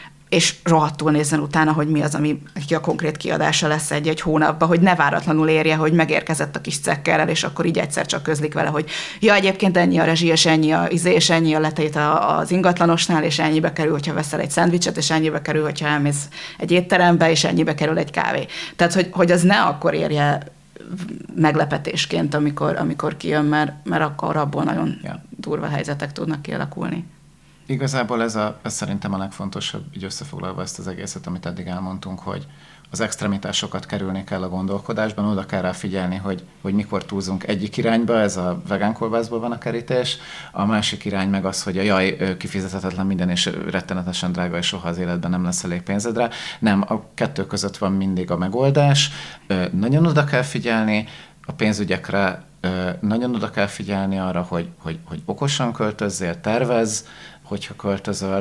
és rohadtul nézzen utána, hogy mi az, ami a konkrét kiadása lesz egy-egy hónapban, hogy ne váratlanul érje, hogy megérkezett a kis cekkerrel, és akkor így egyszer csak közlik vele, hogy ja, egyébként ennyi a rezsi, és ennyi a izé, és ennyi a letét az ingatlanosnál, és ennyibe kerül, hogyha veszel egy szendvicset, és ennyibe kerül, hogyha elmész egy étterembe, és ennyibe kerül egy kávé. Tehát, hogy, hogy az ne akkor érje meglepetésként, amikor, amikor kijön, mert, mert akkor abból nagyon ja. durva helyzetek tudnak kialakulni. Igazából ez, a, ez szerintem a legfontosabb, így összefoglalva ezt az egészet, amit eddig elmondtunk, hogy az extremitásokat kerülni kell a gondolkodásban, oda kell rá figyelni, hogy, hogy mikor túlzunk egyik irányba, ez a vegán kolbászból van a kerítés, a másik irány meg az, hogy a jaj, kifizethetetlen minden, és rettenetesen drága, és soha az életben nem lesz elég pénzedre. Nem, a kettő között van mindig a megoldás, nagyon oda kell figyelni a pénzügyekre, nagyon oda kell figyelni arra, hogy, hogy, hogy okosan költözzél, tervezz, hogyha költözöl,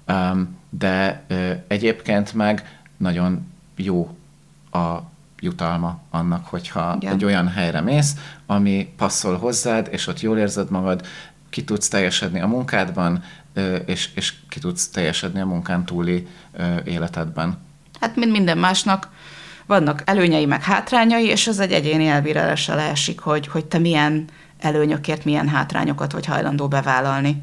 de egyébként meg nagyon jó a jutalma annak, hogyha Igen. egy olyan helyre mész, ami passzol hozzád, és ott jól érzed magad, ki tudsz teljesedni a munkádban, és, és ki tudsz teljesedni a munkán túli életedben. Hát mint minden másnak, vannak előnyei, meg hátrányai, és ez egy egyéni elbírálásra leesik, hogy, hogy te milyen előnyökért, milyen hátrányokat vagy hajlandó bevállalni.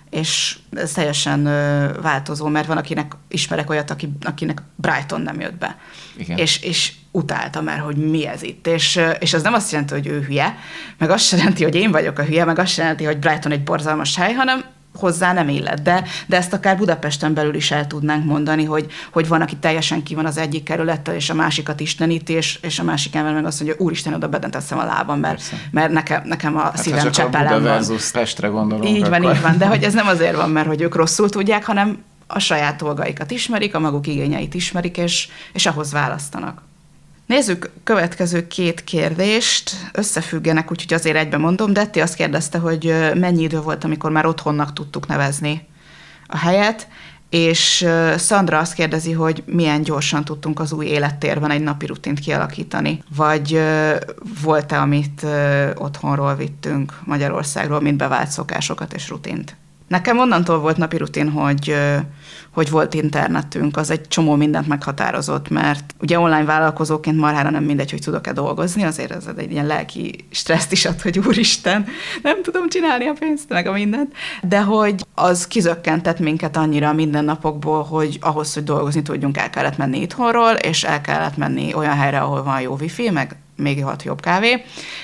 És ez teljesen ö, változó, mert van, akinek ismerek olyat, aki, akinek Brighton nem jött be. És, és utálta már, hogy mi ez itt. És, és az nem azt jelenti, hogy ő hülye, meg azt sem jelenti, hogy én vagyok a hülye, meg azt sem jelenti, hogy Brighton egy borzalmas hely, hanem hozzá nem illet. De, de ezt akár Budapesten belül is el tudnánk mondani, hogy, hogy van, aki teljesen ki van az egyik kerülettel, és a másikat isteníti, és, és a másik ember meg azt mondja, hogy úristen, oda bedenteszem a lábam, mert, mert nekem, nekem a hát szívem Csepelen van. Versus Pestre gondolom. Így akkor. van, így van, de hogy ez nem azért van, mert hogy ők rosszul tudják, hanem a saját dolgaikat ismerik, a maguk igényeit ismerik, és, és ahhoz választanak. Nézzük következő két kérdést, összefüggenek, úgyhogy azért egyben mondom. Detti azt kérdezte, hogy mennyi idő volt, amikor már otthonnak tudtuk nevezni a helyet, és Szandra azt kérdezi, hogy milyen gyorsan tudtunk az új élettérben egy napi rutint kialakítani, vagy volt-e, amit otthonról vittünk Magyarországról, mint bevált szokásokat és rutint. Nekem onnantól volt napi rutin, hogy, hogy volt internetünk, az egy csomó mindent meghatározott, mert ugye online vállalkozóként marhára nem mindegy, hogy tudok-e dolgozni, azért ez egy ilyen lelki stresszt is ad, hogy úristen, nem tudom csinálni a pénzt, meg a mindent, de hogy az kizökkentett minket annyira a mindennapokból, hogy ahhoz, hogy dolgozni tudjunk, el kellett menni itthonról, és el kellett menni olyan helyre, ahol van jó wifi, meg még hat jobb kávé,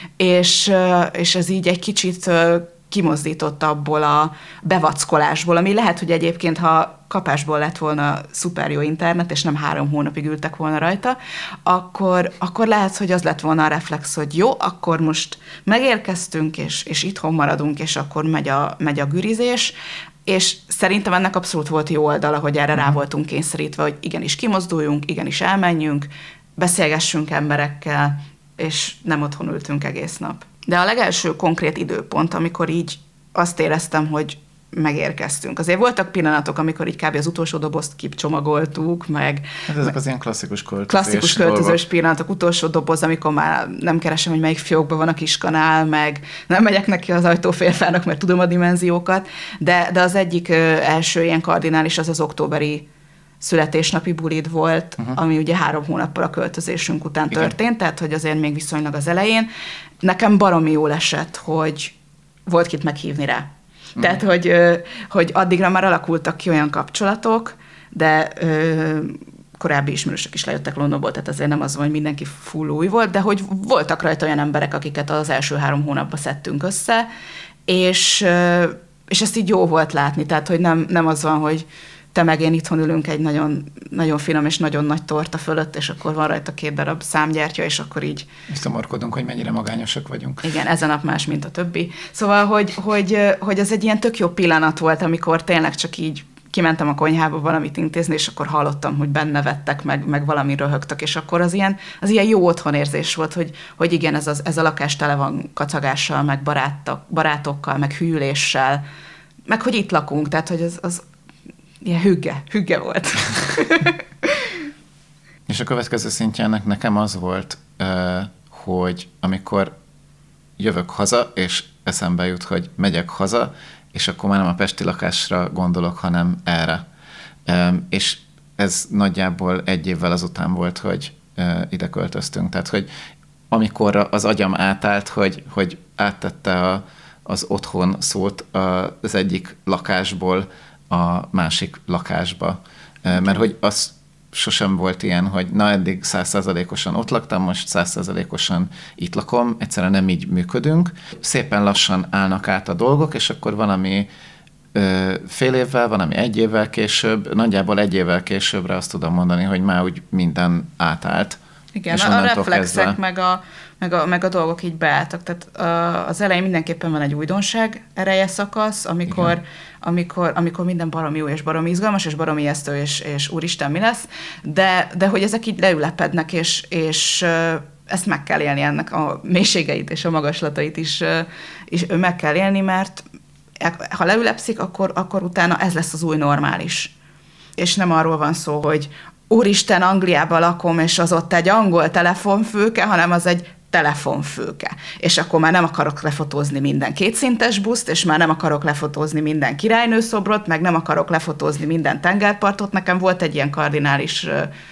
és, és ez így egy kicsit kimozdított abból a bevackolásból, ami lehet, hogy egyébként, ha kapásból lett volna szuper jó internet, és nem három hónapig ültek volna rajta, akkor, akkor lehet, hogy az lett volna a reflex, hogy jó, akkor most megérkeztünk, és, és itthon maradunk, és akkor megy a, megy a gürizés, és szerintem ennek abszolút volt jó oldala, hogy erre rá voltunk kényszerítve, hogy igenis kimozduljunk, igenis elmenjünk, beszélgessünk emberekkel, és nem otthon ültünk egész nap. De a legelső konkrét időpont, amikor így azt éreztem, hogy megérkeztünk. Azért voltak pillanatok, amikor így kb. Az utolsó dobozt kicsomagoltuk, meg... Hát ezek az ilyen klasszikus költözés Klasszikus költözős dolgok. Pillanatok, utolsó doboz, amikor már nem keresem, hogy melyik fiókban van a kis kanál, meg nem megyek neki az ajtófélfának, mert tudom a dimenziókat, de, de az egyik első ilyen kardinális az az októberi születésnapi bulid volt, uh-huh. ami ugye három hónappal a költözésünk után Igen. történt, tehát hogy azért még viszonylag az elején. Nekem baromi jól esett, hogy volt kit meghívni rá. Uh-huh. Tehát, hogy, hogy addigra már alakultak ki olyan kapcsolatok, de ö, korábbi ismerősök is lejöttek Londonból, tehát azért nem az, hogy mindenki full új volt, de hogy voltak rajta olyan emberek, akiket az első három hónapban szedtünk össze, és, és ezt így jó volt látni, tehát, hogy nem, nem az van, hogy te meg én itthon ülünk egy nagyon, nagyon finom és nagyon nagy torta fölött, és akkor van rajta két darab számgyertya, és akkor így... Visszamorkodunk, hogy mennyire magányosak vagyunk. Igen, ez a nap más, mint a többi. Szóval, hogy, hogy, hogy ez egy ilyen tök jó pillanat volt, amikor tényleg csak így kimentem a konyhába valamit intézni, és akkor hallottam, hogy benne vettek, meg, meg valami röhögtek, és akkor az ilyen, az ilyen jó otthonérzés volt, hogy, hogy igen, ez, az, ez a lakás tele van kacagással, meg barátok, barátokkal, meg hűléssel, meg hogy itt lakunk, tehát hogy az, az ilyen hügge, hügge volt. És a következő szintjának nekem az volt, hogy amikor jövök haza, és eszembe jut, hogy megyek haza, és akkor már nem a pesti lakásra gondolok, hanem erre. És ez nagyjából egy évvel azután volt, hogy ide költöztünk. Tehát, hogy amikor az agyam átállt, hogy, hogy áttette a, az otthon szót az egyik lakásból a másik lakásba. Mert hogy az sosem volt ilyen, hogy na eddig száz százalékosan ott laktam, most száz százalékosan itt lakom, egyszerűen nem így működünk. Szépen lassan állnak át a dolgok, és akkor valami ö, fél évvel, valami egy évvel később, nagyjából egy évvel későbbre azt tudom mondani, hogy már úgy minden átállt. Igen, a reflexek meg a, meg, a, meg a dolgok így beálltak. Tehát uh, az elején mindenképpen van egy újdonság ereje szakasz, amikor, amikor, amikor minden baromi jó és baromi izgalmas, és baromi ijesztő, és, és úristen, mi lesz, de, de hogy ezek így leülepednek, és, és uh, ezt meg kell élni, ennek a mélységeit és a magaslatait is, uh, is meg kell élni, mert ha leülepszik, akkor, akkor utána ez lesz az új normális. És nem arról van szó, hogy úristen, Angliában lakom, és az ott egy angol telefonfülke, hanem az egy telefonfülke. És akkor már nem akarok lefotózni minden kétszintes buszt, és már nem akarok lefotózni minden királynőszobrot, meg nem akarok lefotózni minden tengerpartot. Nekem volt egy ilyen kardinális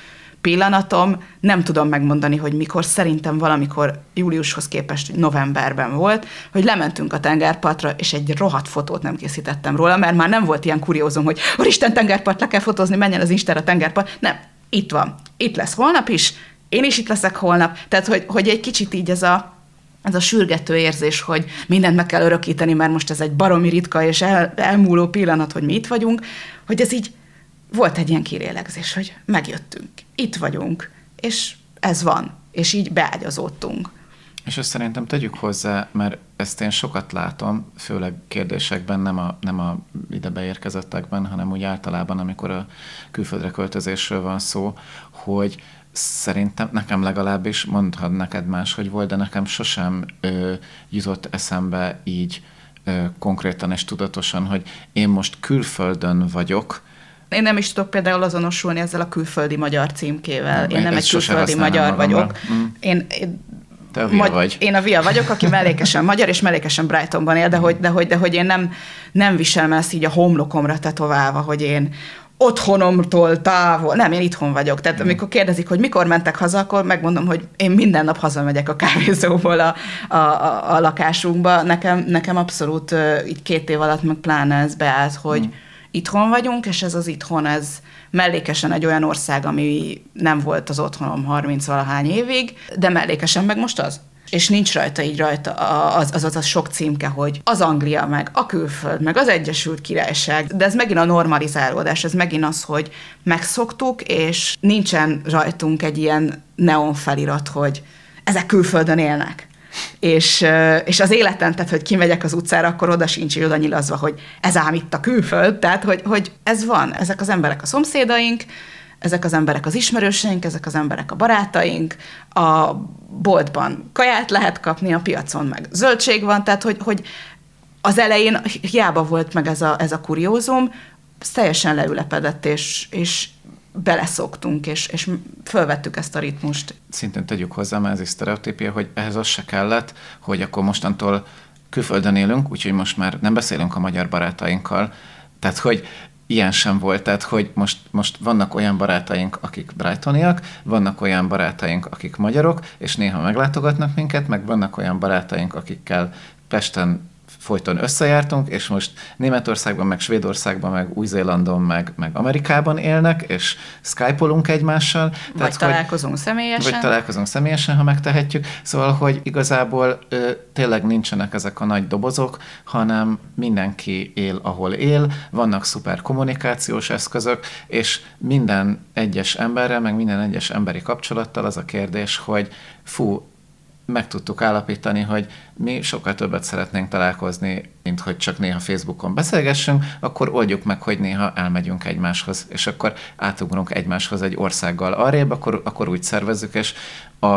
pillanatom, nem tudom megmondani, hogy mikor, szerintem valamikor júliushoz képest novemberben volt, hogy lementünk a tengerpartra, és egy rohadt fotót nem készítettem róla, mert már nem volt ilyen kuriózum, hogy úristen, tengerpart, le kell fotózni, menjen az Instára a tengerpart. Nem, itt van. Itt lesz holnap is, én is itt leszek holnap. Tehát, hogy, hogy egy kicsit így ez a, ez a sürgető érzés, hogy mindent meg kell örökíteni, mert most ez egy baromi ritka és el, elmúló pillanat, hogy mi itt vagyunk, hogy ez így volt egy ilyen kirélegzés, hogy megjöttünk, itt vagyunk, és ez van, és így beágyazódtunk. És ezt szerintem tegyük hozzá, mert ezt én sokat látom, főleg kérdésekben, nem a, nem a ide beérkezettekben, hanem úgy általában, amikor a külföldre költözésről van szó, hogy szerintem, nekem legalábbis, mondhatod neked más, hogy volt, de nekem sosem ö, jutott eszembe így ö, konkrétan és tudatosan, hogy én most külföldön vagyok. Én nem is tudok például azonosulni ezzel a külföldi magyar címkével. Én nem egy külföldi magyar magamra. vagyok. Mm. Én, én Te a Via Magy- vagy. Én a Via vagyok, aki mellékesen magyar, és mellékesen Brightonban él, de hogy, de hogy, de hogy én nem, nem viselem ezt így a homlokomra tetoválva, hogy én otthonomtól távol. Nem, én itthon vagyok. Tehát mm. amikor kérdezik, hogy mikor mentek haza, akkor megmondom, hogy én minden nap hazamegyek a kávézóból a, a, a, a lakásunkba. Nekem, nekem abszolút így két év alatt meg pláne ez beállt, hogy mm. itthon vagyunk, és ez az itthon, ez mellékesen egy olyan ország, ami nem volt az otthonom harminc-valahány évig, de mellékesen meg most az. És nincs rajta így rajta az az, az, az sok címke, hogy az Anglia, meg a külföld, meg az Egyesült Királyság, de ez megint a normalizálódás, ez megint az, hogy megszoktuk, és nincsen rajtunk egy ilyen neon felirat, hogy ezek külföldön élnek. És, és az életen, tehát, hogy kimegyek az utcára, akkor oda sincs, hogy oda nyilazva, hogy ez ám itt a külföld, tehát, hogy, hogy ez van. Ezek az emberek a szomszédaink, ezek az emberek az ismerőseink, ezek az emberek a barátaink, a boltban kaját lehet kapni, a piacon meg zöldség van, tehát, hogy, hogy az elején hiába volt meg ez a, ez a kuriózum, teljesen leülepedett, és, és beleszoktunk, és, és fölvettük ezt a ritmust. Szintén tegyük hozzá, mert ez is sztereotípia, hogy ehhez az se kellett, hogy akkor mostantól külföldön élünk, úgyhogy most már nem beszélünk a magyar barátainkkal. Tehát, hogy ilyen sem volt, tehát, hogy most, most vannak olyan barátaink, akik brightoniak, vannak olyan barátaink, akik magyarok, és néha meglátogatnak minket, meg vannak olyan barátaink, akikkel Pesten folyton összejártunk, és most Németországban, meg Svédországban, meg Új-Zélandon, meg, meg Amerikában élnek, és skype-olunk egymással. Vagy tehát, találkozunk hogy, személyesen. Vagy találkozunk személyesen, ha megtehetjük. Szóval, hogy igazából ö, tényleg nincsenek ezek a nagy dobozok, hanem mindenki él, ahol él, vannak szuper kommunikációs eszközök, és minden egyes emberrel, meg minden egyes emberi kapcsolattal az a kérdés, hogy fú, meg tudtuk állapítani, hogy mi sokkal többet szeretnénk találkozni, mint hogy csak néha Facebookon beszélgessünk, akkor oldjuk meg, hogy néha elmegyünk egymáshoz, és akkor átugrunk egymáshoz egy országgal arrébb, akkor, akkor úgy szervezzük, és a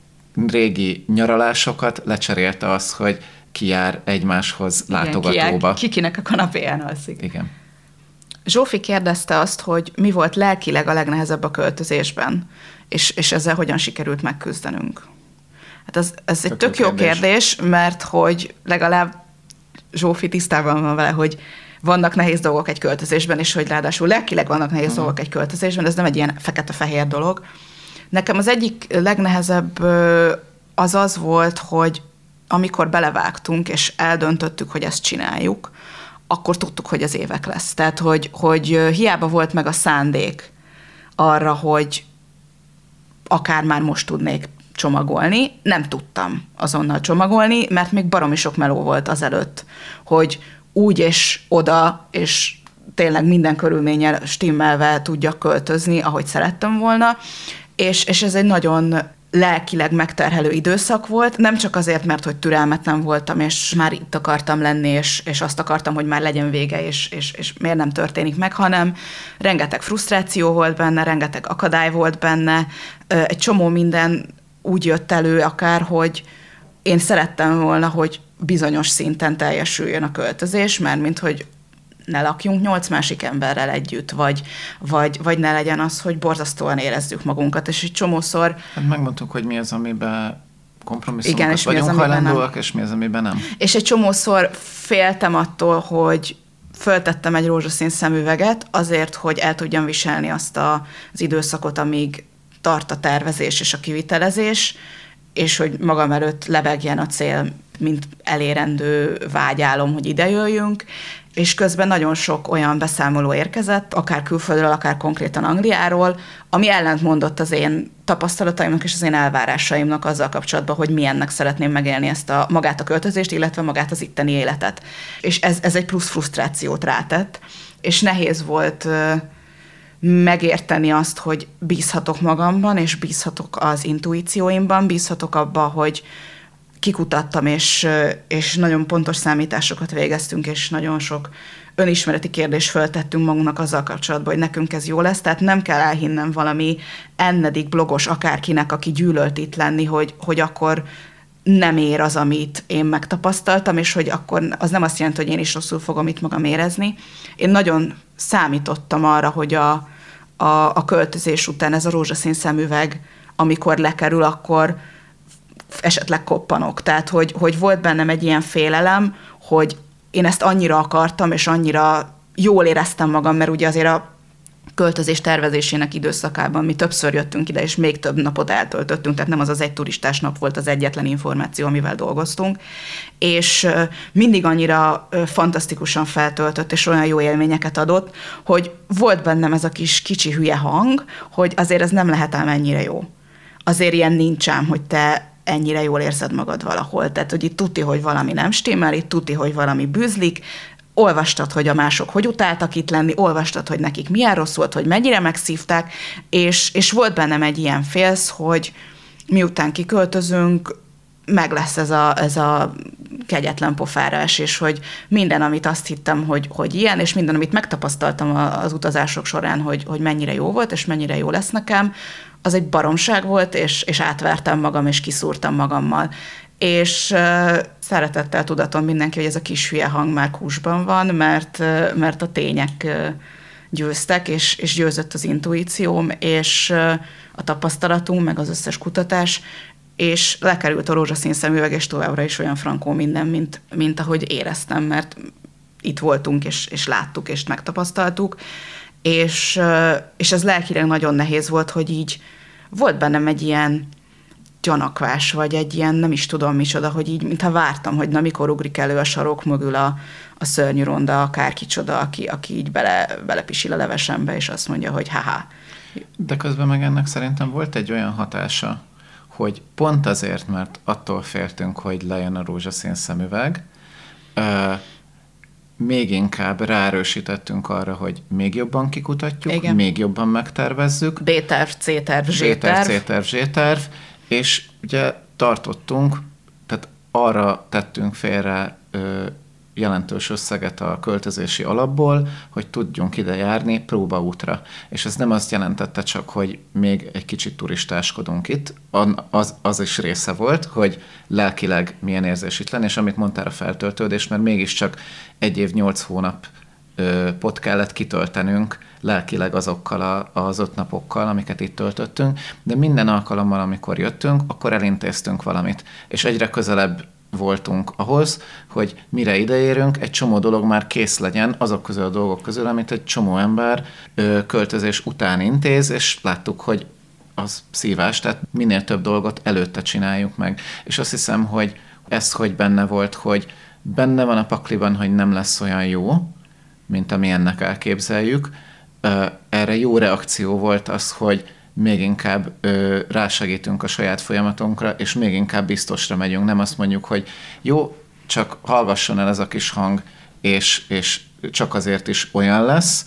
régi nyaralásokat lecserélte az, hogy ki jár egymáshoz látogatóba. Ki, kikinek a kanapéján alszik. Igen. Zsófi kérdezte azt, hogy mi volt lelkileg a legnehezebb a költözésben, és, és ezzel hogyan sikerült megküzdenünk. Hát ez, ez egy tök jó kérdés. kérdés, mert hogy legalább Zsófi tisztában van vele, hogy vannak nehéz dolgok egy költözésben, és hogy ráadásul lelkileg vannak nehéz uh-huh. dolgok egy költözésben, ez nem egy ilyen fekete-fehér dolog. Nekem az egyik legnehezebb az az volt, hogy amikor belevágtunk, és eldöntöttük, hogy ezt csináljuk, akkor tudtuk, hogy ez évek lesz. Tehát, hogy, hogy hiába volt meg a szándék arra, hogy akár már most tudnék csomagolni, nem tudtam azonnal csomagolni, mert még baromi sok meló volt azelőtt, hogy úgy és oda, és tényleg minden körülménnyel stimmelve tudjak költözni, ahogy szerettem volna, és, és ez egy nagyon lelkileg megterhelő időszak volt, nem csak azért, mert hogy türelmetlen voltam, és már itt akartam lenni, és, és azt akartam, hogy már legyen vége, és, és, és miért nem történik meg, hanem rengeteg frusztráció volt benne, rengeteg akadály volt benne, egy csomó minden úgy jött elő akár, hogy én szerettem volna, hogy bizonyos szinten teljesüljön a költözés, mert mint hogy ne lakjunk nyolc másik emberrel együtt, vagy, vagy, vagy ne legyen az, hogy borzasztóan érezzük magunkat, és egy csomószor... Hát megmondtuk, hogy mi az, amiben kompromisszumokat igen, és vagyunk mi az, hajlandóak, és mi az, amiben nem. És egy csomószor féltem attól, hogy föltettem egy rózsaszín szemüveget azért, hogy el tudjam viselni azt a, az időszakot, amíg tart a tervezés és a kivitelezés, és hogy magam előtt lebegjen a cél, mint elérendő vágyálom, hogy ide jöjjünk, és közben nagyon sok olyan beszámoló érkezett, akár külföldről, akár konkrétan Angliáról, ami ellentmondott az én tapasztalataimnak és az én elvárásaimnak azzal kapcsolatban, hogy milyennek szeretném megélni ezt a magát a költözést, illetve magát az itteni életet. És ez, ez egy plusz frusztrációt rátett, és nehéz volt megérteni azt, hogy bízhatok magamban, és bízhatok az intuícióimban, bízhatok abba, hogy kikutattam, és, és nagyon pontos számításokat végeztünk, és nagyon sok önismereti kérdést föltettünk magunknak azzal kapcsolatban, hogy nekünk ez jó lesz, tehát nem kell elhinnem valami ennedik blogos akárkinek, aki gyűlölt itt lenni, hogy, hogy akkor nem ér az, amit én megtapasztaltam, és hogy akkor az nem azt jelenti, hogy én is rosszul fogom itt magam érezni. Én nagyon számítottam arra, hogy a, a, a költözés után ez a rózsaszín szemüveg, amikor lekerül, akkor esetleg koppanok. Tehát, hogy, hogy volt bennem egy ilyen félelem, hogy én ezt annyira akartam, és annyira jól éreztem magam, mert ugye azért a költözés tervezésének időszakában mi többször jöttünk ide, és még több napot eltöltöttünk, tehát nem az az egy turistás nap volt az egyetlen információ, amivel dolgoztunk, és mindig annyira fantasztikusan feltöltött, és olyan jó élményeket adott, hogy volt bennem ez a kis kicsi hülye hang, hogy azért ez nem lehet ám ennyire jó. Azért ilyen nincs ám, hogy te ennyire jól érzed magad valahol. Tehát, hogy itt tuti, hogy valami nem stimmel, itt tuti, hogy valami bűzlik, olvastad, hogy a mások hogy utáltak itt lenni, olvastad, hogy nekik milyen rossz volt, hogy mennyire megszívták, és, és volt bennem egy ilyen félsz, hogy miután kiköltözünk, meg lesz ez a, ez a kegyetlen pofára esés, hogy minden, amit azt hittem, hogy, hogy ilyen, és minden, amit megtapasztaltam az utazások során, hogy, hogy mennyire jó volt, és mennyire jó lesz nekem, az egy baromság volt, és, és átvertem magam, és kiszúrtam magammal. És uh, szeretettel tudatom mindenki, hogy ez a kis hülye hang már kúsban van, mert, uh, mert a tények uh, győztek, és, és győzött az intuícióm, és uh, a tapasztalatunk, meg az összes kutatás, és lekerült a rózsaszín szemüveg, és továbbra is olyan frankó minden, mint, mint ahogy éreztem, mert itt voltunk, és, és láttuk, és megtapasztaltuk, és, uh, és ez lelkileg nagyon nehéz volt, hogy így volt bennem egy ilyen gyanakvás, vagy egy ilyen, nem is tudom micsoda, hogy így, mintha vártam, hogy na mikor ugrik elő a sarok mögül a, a szörnyű ronda, akárkicsoda, aki, aki így bele, belepisil a levesembe, és azt mondja, hogy haha. De közben meg ennek szerintem volt egy olyan hatása, hogy pont azért, mert attól féltünk, hogy lejön a rózsaszín szemüveg, euh, még inkább ráerősítettünk arra, hogy még jobban kikutatjuk, igen, még jobban megtervezzük. B-terv, C-terv, Z-terv. B-terv, C-terv, Z-terv, és ugye tartottunk, tehát arra tettünk félre ö, jelentős összeget a költözési alapból, hogy tudjunk ide járni próbaútra. És ez nem azt jelentette csak, hogy még egy kicsit turistáskodunk itt, az, az is része volt, hogy lelkileg milyen érzés itt lenni, és amit mondtál a feltöltődés, mert mégiscsak egy év, nyolc hónap pot kellett kitöltenünk lelkileg azokkal a, az öt napokkal, amiket itt töltöttünk, de minden alkalommal, amikor jöttünk, akkor elintéztünk valamit, és egyre közelebb voltunk ahhoz, hogy mire ideérünk, egy csomó dolog már kész legyen azok közül a dolgok közül, amit egy csomó ember ö, költözés után intéz, és láttuk, hogy az szívás, tehát minél több dolgot előtte csináljuk meg. És azt hiszem, hogy ez, hogy benne volt, hogy benne van a pakliban, hogy nem lesz olyan jó, mint amilyennek elképzeljük. Erre jó reakció volt az, hogy még inkább ö, rásegítünk a saját folyamatunkra, és még inkább biztosra megyünk. Nem azt mondjuk, hogy jó, csak hallgasson el ez a kis hang, és, és csak azért is olyan lesz,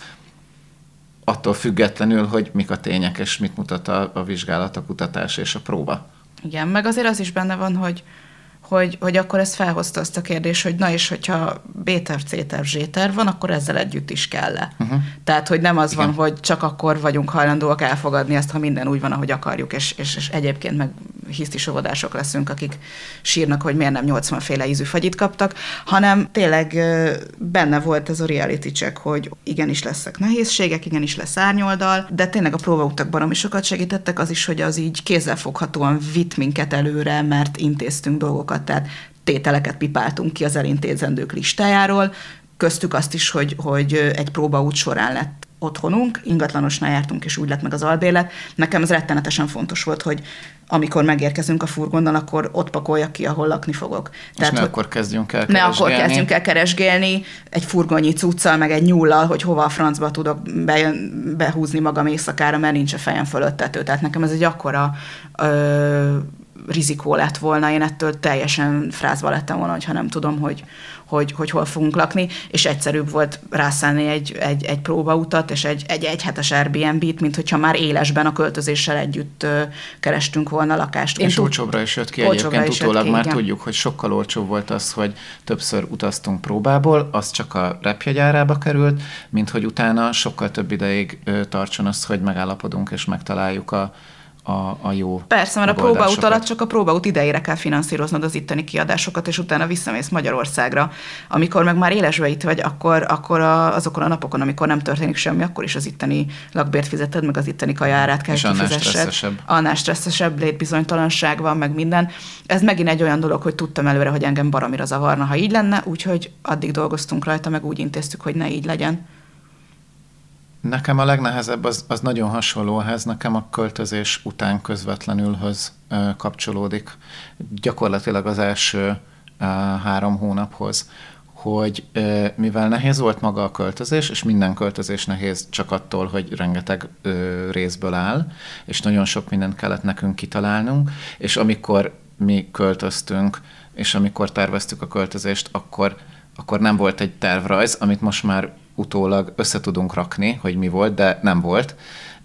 attól függetlenül, hogy mik a tények, és mit mutat a, a vizsgálat, a kutatás és a próba. Igen, meg azért az is benne van, hogy Hogy, hogy akkor ez felhozta azt a kérdést, hogy na és hogyha B-terv, C-terv, Z-terv van, akkor ezzel együtt is kell-e. Uh-huh. Tehát, hogy nem az Igen. van, hogy csak akkor vagyunk hajlandóak elfogadni ezt, ha minden úgy van, ahogy akarjuk, és, és, és egyébként meg hisztisovodások leszünk, akik sírnak, hogy miért nem nyolcvan féle ízű fagyit kaptak, hanem tényleg benne volt ez a reality check, hogy igenis lesznek nehézségek, igenis lesz árnyoldal, de tényleg a próbautak baromi sokat segítettek, az is, hogy az így kézzelfoghatóan vitt minket előre, mert intéztünk dolgokat, tehát tételeket pipáltunk ki az elintézendők listájáról, köztük azt is, hogy, hogy egy próbaút során lett otthonunk, ingatlanosnál jártunk, és úgy lett meg az albérlet. Nekem ez rettenetesen fontos volt, hogy amikor megérkezünk a furgonnal, akkor ott pakoljak ki, ahol lakni fogok. És Tehát, ne hogy akkor kezdjünk el ne keresgélni. akkor kezdjünk el keresgélni egy furgonnyi cuccal, meg egy nyúllal, hogy hova a francba tudok bejön, behúzni magam éjszakára, mert nincs a fejem fölött tető. Tehát nekem ez egy akkora ö, rizikó lett volna, én ettől teljesen frázba lettem volna, hogyha nem tudom, hogy, hogy, hogy hol fogunk lakni, és egyszerűbb volt rászállni egy, egy, egy próbautat, és egy, egy egyhetes Airbnb-t, mint hogyha már élesben a költözéssel együtt ö, kerestünk volna lakást. És olcsóbbra is jött ki egyébként, is utólag ki, már igen. tudjuk, hogy sokkal olcsóbb volt az, hogy többször utaztunk próbából, az csak a repjegyárába került, mint hogy utána sokkal több ideig ö, tartson az, hogy megállapodunk és megtaláljuk a A, a jó Persze, mert a próbaút alatt csak a próbaút idejére kell finanszíroznod az itteni kiadásokat, és utána visszamész Magyarországra. Amikor meg már élesbe itt vagy, akkor, akkor a, azokon a napokon, amikor nem történik semmi, akkor is az itteni lakbért fizeted, meg az itteni kajárát kell kifizessed. És annál stresszesebb. Annál stresszesebb, létbizonytalanság van, meg minden. Ez megint egy olyan dolog, hogy tudtam előre, hogy engem baromira zavarna, ha így lenne, úgyhogy addig dolgoztunk rajta, meg úgy intéztük, hogy ne így legyen. Nekem a legnehezebb az, az nagyon hasonló ehhez, nekem a költözés után közvetlenülhöz ö, kapcsolódik. Gyakorlatilag az első ö, három hónaphoz, hogy ö, mivel nehéz volt maga a költözés, és minden költözés nehéz csak attól, hogy rengeteg ö, részből áll, és nagyon sok mindent kellett nekünk kitalálnunk, és amikor mi költöztünk, és amikor terveztük a költözést, akkor, akkor nem volt egy tervrajz, amit most már utólag össze tudunk rakni, hogy mi volt, de nem volt.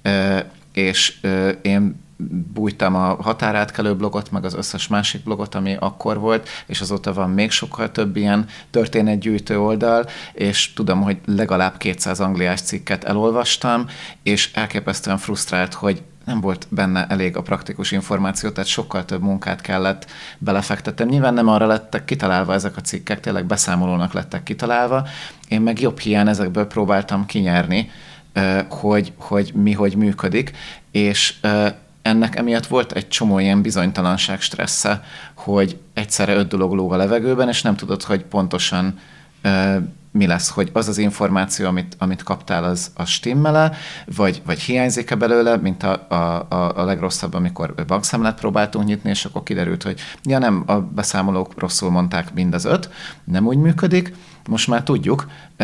És én bújtam a határátkelő blogot, meg az összes másik blogot, ami akkor volt, és azóta van még sokkal több ilyen történetgyűjtő oldal, és tudom, hogy legalább kétszáz angliás cikket elolvastam, és elképesztően frusztrált, hogy nem volt benne elég a praktikus információ, tehát sokkal több munkát kellett belefektetnem. Nyilván nem arra lettek kitalálva ezek a cikkek, tényleg beszámolónak lettek kitalálva. Én meg jobb hiány ezekből próbáltam kinyerni, hogy, hogy mi hogy működik, és ennek emiatt volt egy csomó ilyen bizonytalanság stressze, hogy egyszerre öt dolog lóg a levegőben, és nem tudod, hogy pontosan mi lesz, hogy az az információ, amit, amit kaptál, az, az stimmele, vagy, vagy hiányzik-e belőle, mint a, a, a legrosszabb, amikor bankszámlát próbáltunk nyitni, és akkor kiderült, hogy ja nem, a beszámolók rosszul mondták mind az öt, nem úgy működik, most már tudjuk,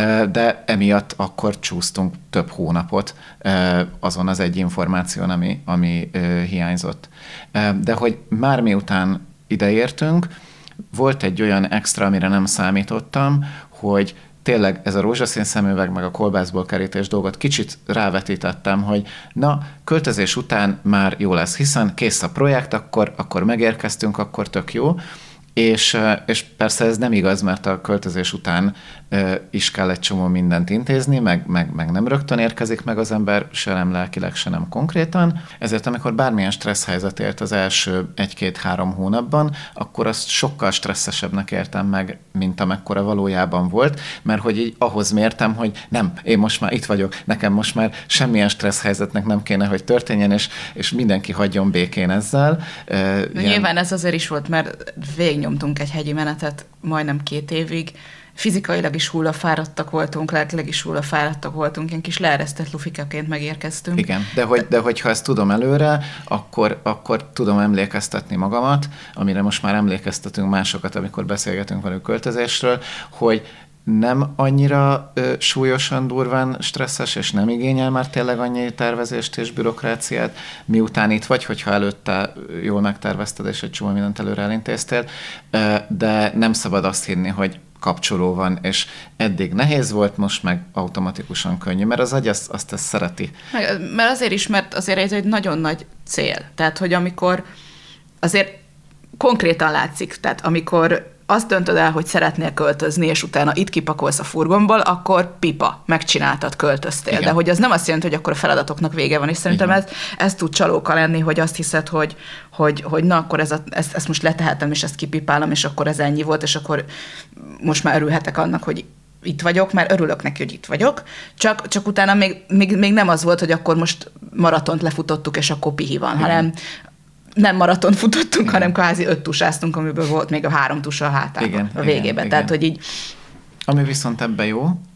de emiatt akkor csúsztunk több hónapot azon az egy információn, ami, ami hiányzott. De hogy már miután ideértünk, volt egy olyan extra, amire nem számítottam, hogy tényleg ez a rózsaszín szemüveg, meg a kolbászból kerítés dolgot kicsit rávetítettem, hogy na, költözés után már jó lesz, hiszen kész a projekt, akkor, akkor megérkeztünk, akkor tök jó. És, és persze ez nem igaz, mert a költözés után is kell egy csomó mindent intézni, meg, meg, meg nem rögtön érkezik meg az ember, se nem lelkileg, se nem konkrétan. Ezért amikor bármilyen stressz helyzet ért az első egy-két-három hónapban, akkor azt sokkal stresszesebbnek értem meg, mint amekkora valójában volt, mert hogy így ahhoz mértem, hogy nem, én most már itt vagyok, nekem most már semmilyen stressz helyzetnek nem kéne, hogy történjen, és, és mindenki hagyjon békén ezzel. Ilyen... Nyilván ez azért is volt, mert végignyomtunk egy hegyi menetet majdnem két évig, fizikailag is hullafáradtak voltunk, lelkileg is hullafáradtak voltunk, ilyen kis leeresztett lufikaként megérkeztünk. Igen, de, hogy, de hogyha ezt tudom előre, akkor, akkor tudom emlékeztetni magamat, amire most már emlékeztetünk másokat, amikor beszélgetünk velük költözésről, hogy nem annyira ö, súlyosan, durván stresszes, és nem igényel már tényleg annyi tervezést és bürokráciát, miután itt vagy, hogyha előtte jól megtervezted, és egy csomó mindent előre elintéztél, ö, de nem szabad azt hinni, hogy kapcsoló van, és eddig nehéz volt, most meg automatikusan könnyű, mert az agy azt, azt ezt szereti. Mert azért is, mert azért ez egy nagyon nagy cél. Tehát, hogy amikor azért konkrétan látszik, tehát amikor azt döntöd el, hogy szeretnél költözni, és utána itt kipakolsz a furgonból, akkor pipa, megcsináltad, költöztél. Igen. De hogy az nem azt jelenti, hogy akkor a feladatoknak vége van, és szerintem ez, ez tud csalóka lenni, hogy azt hiszed, hogy, hogy, hogy na, akkor ez a, ezt, ezt most letehetem, és ezt kipipálom, és akkor ez ennyi volt, és akkor most már örülhetek annak, hogy itt vagyok, mert örülök neki, hogy itt vagyok, csak, csak utána még, még, még nem az volt, hogy akkor most maratont lefutottuk, és akkor pihi van, igen. hanem nem maraton futottunk, igen. hanem kvázi öt tusáztunk, amiből volt még a három tusa a hátában, igen, a végében. Igen, Tehát, igen. hogy így... Ami viszont ebben jó,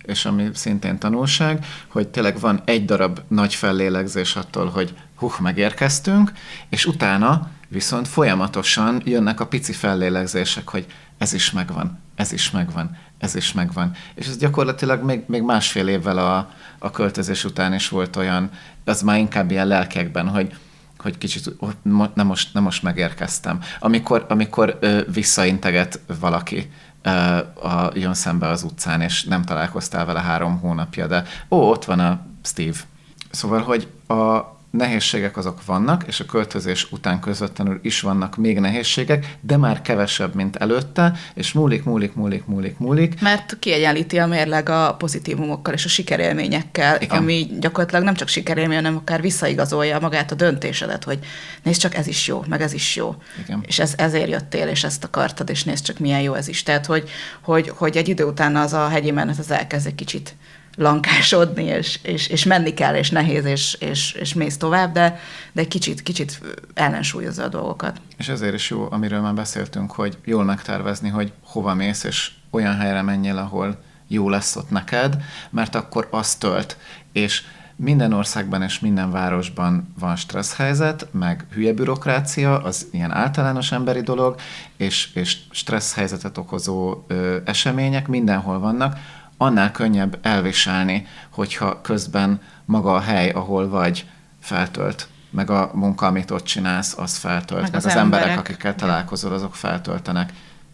és ami szintén tanulság, hogy tényleg van egy darab nagy fellélegzés attól, hogy hú, megérkeztünk, és utána viszont folyamatosan jönnek a pici fellélegzések, hogy ez is megvan, ez is megvan, ez is megvan. És ez gyakorlatilag még, még másfél évvel a, a költözés után is volt olyan, az már inkább ilyen lelkekben, hogy hogy kicsit nem most, nem most megérkeztem. Amikor, amikor ö, visszainteget valaki, ö, a, jön szembe az utcán, és nem találkoztál vele három hónapja, de ó, ott van a Steve. Szóval, hogy a nehézségek azok vannak, és a költözés után közvetlenül is vannak még nehézségek, de már kevesebb, mint előtte, és múlik, múlik, múlik, múlik, múlik. Mert kiegyenlíti a mérleg a pozitívumokkal és a sikerélményekkel, igen. Ami gyakorlatilag nem csak sikerélmény, hanem akár visszaigazolja magát a döntésedet, hogy nézd csak, ez is jó, meg ez is jó. Igen. És ez, ezért jöttél, és ezt akartad, és nézd csak, milyen jó ez is. Tehát, hogy, hogy, hogy egy idő után az a hegyi menet az elkezd egy kicsit lankásodni, és, és, és menni kell, és nehéz, és, és, és mész tovább, de, de egy kicsit, kicsit ellensúlyozza a dolgokat. És ezért is jó, amiről már beszéltünk, hogy jól megtervezni, hogy hova mész, és olyan helyre menjél, ahol jó lesz ott neked, mert akkor az tölt. És minden országban és minden városban van stressz helyzet, meg hülye bürokrácia, az ilyen általános emberi dolog, és, és stressz helyzetet okozó ö, események mindenhol vannak, annál könnyebb elviselni, hogyha közben maga a hely, ahol vagy, feltölt, meg a munka, amit ott csinálsz, az feltölt, meg, meg az, az emberek, emberek, akikkel találkozol, azok feltöltenek.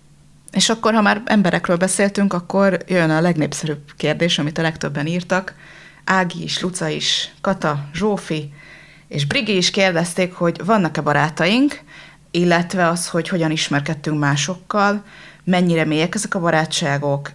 És akkor, ha már emberekről beszéltünk, akkor jön a legnépszerűbb kérdés, amit a legtöbben írtak. Ági is, Luca is, Kata, Zsófi és Brigi is kérdezték, hogy vannak-e barátaink, illetve az, hogy hogyan ismerkedtünk másokkal, mennyire mélyek ezek a barátságok,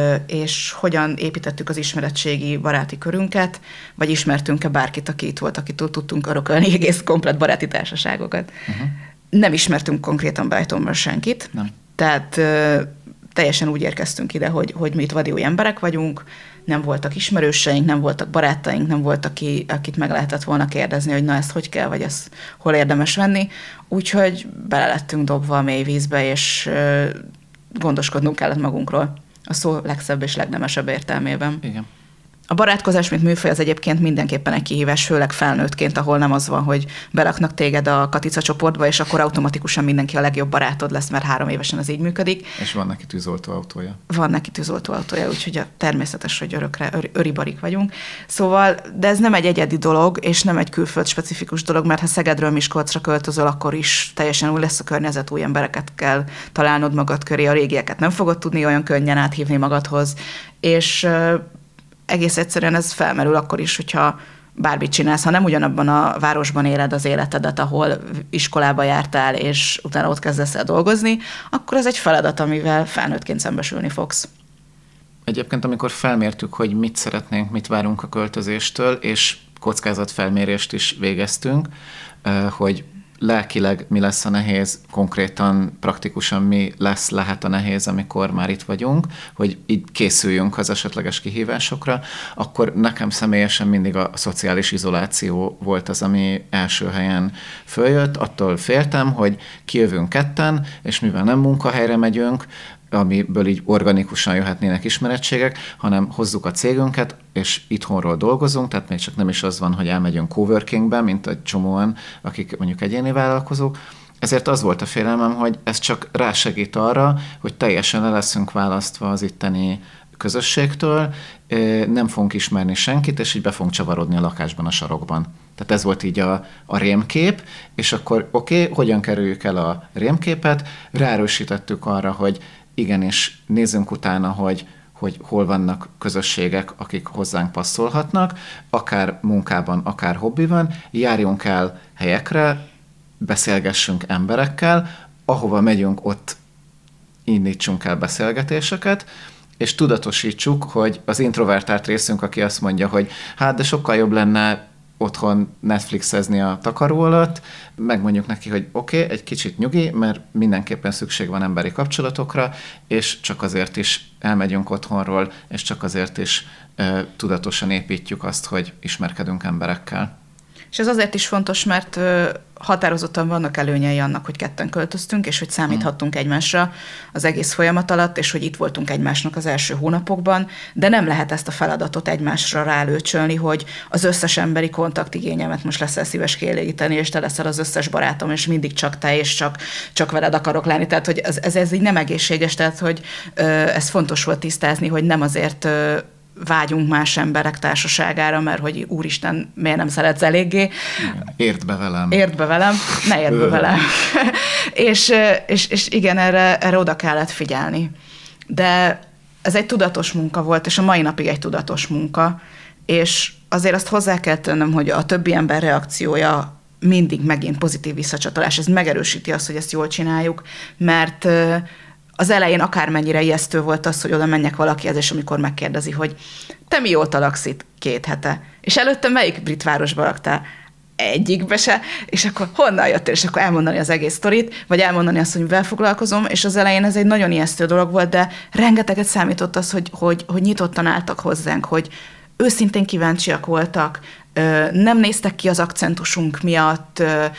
és hogyan építettük az ismeretségi baráti körünket, vagy ismertünk-e bárkit, aki itt volt, akitől tudtunk örökölni egész komplett baráti társaságokat. Uh-huh. Nem ismertünk konkrétan Brightonban senkit, nem. Tehát teljesen úgy érkeztünk ide, hogy, hogy mi itt vadi új emberek vagyunk, nem voltak ismerőseink, nem voltak barátaink, nem volt, aki, akit meg lehetett volna kérdezni, hogy na ezt hogy kell, vagy ezt hol érdemes venni. Úgyhogy bele lettünk dobva a mély vízbe, és gondoskodnunk kellett magunkról. A szó legszebb és legnemesebb értelmében. Igen. A barátkozás, mint műfaj, az egyébként mindenképpen egy kihívás, főleg felnőttként, ahol nem az van, hogy beraknak téged a Katica csoportba, és akkor automatikusan mindenki a legjobb barátod lesz, mert három évesen ez így működik. És van neki tűzoltóautója. Van neki tűzoltóautója, úgyhogy a természetes, hogy örökre ör, öribarik vagyunk. Szóval, de ez nem egy egyedi dolog, és nem egy külföld specifikus dolog, mert ha Szegedről Miskolcra költözöl, akkor is teljesen új lesz a környezet, új embereket kell találnod magad köré, a régieket nem fogod tudni olyan könnyen áthívni magadhoz, és egész egyszerűen ez felmerül akkor is, hogyha bármit csinálsz, ha nem ugyanabban a városban éled az életedet, ahol iskolába jártál, és utána ott kezdesz el dolgozni, akkor ez egy feladat, amivel felnőttként szembesülni fogsz. Egyébként, amikor felmértük, hogy mit szeretnénk, mit várunk a költözéstől, és kockázatfelmérést is végeztünk, hogy lelkileg mi lesz a nehéz, konkrétan, praktikusan mi lesz, lehet a nehéz, amikor már itt vagyunk, hogy így készüljünk az esetleges kihívásokra, akkor nekem személyesen mindig a szociális izoláció volt az, ami első helyen följött. Attól féltem, hogy kijövünk ketten, és mivel nem munkahelyre megyünk, amiből így organikusan jöhetnének ismerettségek, hanem hozzuk a cégünket, és itthonról dolgozunk, tehát még csak nem is az van, hogy elmegyünk coworkingbe, mint egy csomóan, akik mondjuk egyéni vállalkozók. Ezért az volt a félelmem, hogy ez csak rásegít arra, hogy teljesen le leszünk választva az itteni közösségtől, nem fogunk ismerni senkit, és így be fogunk csavarodni a lakásban, a sarokban. Tehát ez volt így a, a rémkép, és akkor oké, okay, hogyan kerüljük el a rémképet? Ráerősítettük arra, hogy igenis nézzünk utána, hogy, hogy hol vannak közösségek, akik hozzánk passzolhatnak, akár munkában, akár hobbiban, járjunk el helyekre, beszélgessünk emberekkel, ahova megyünk, ott indítsunk el beszélgetéseket, és tudatosítsuk, hogy az introvertált részünk, aki azt mondja, hogy hát de sokkal jobb lenne otthon Netflixezni a takaró alatt, megmondjuk neki, hogy oké, okay, egy kicsit nyugi, mert mindenképpen szükség van emberi kapcsolatokra, és csak azért is elmegyünk otthonról, és csak azért is e, tudatosan építjük azt, hogy ismerkedünk emberekkel. És ez azért is fontos, mert határozottan vannak előnyei annak, hogy ketten költöztünk, és hogy számíthattunk egymásra az egész folyamat alatt, és hogy itt voltunk egymásnak az első hónapokban, de nem lehet ezt a feladatot egymásra rálőcsölni, hogy az összes emberi kontaktigényemet most leszel szíves kielégíteni, és te leszel az összes barátom, és mindig csak te, és csak, csak veled akarok lenni. Tehát, hogy ez, ez, ez így nem egészséges, tehát, hogy ez fontos volt tisztázni, hogy nem azért vágyunk más emberek társaságára, mert hogy úristen, miért nem szeretsz eléggé. Érd be velem. Érd be velem, ne érd be velem. és, és, és igen, erre, erre oda kellett figyelni. De ez egy tudatos munka volt, és a mai napig egy tudatos munka, és azért azt hozzá kell tennem, hogy a többi ember reakciója mindig megint pozitív visszacsatolás. Ez megerősíti azt, hogy ezt jól csináljuk, mert az elején akármennyire ijesztő volt az, hogy oda menjek valakihez, és amikor megkérdezi, hogy te mióta laksz itt? Két hete. És előtte melyik brit városba laktál? Egyikbe se, és akkor honnan jöttél, és akkor elmondani az egész sztorit, vagy elmondani azt, hogy mivel foglalkozom, és az elején ez egy nagyon ijesztő dolog volt, de rengeteget számított az, hogy, hogy, hogy nyitottan álltak hozzánk, hogy őszintén kíváncsiak voltak, nem néztek ki az akcentusunk miatt,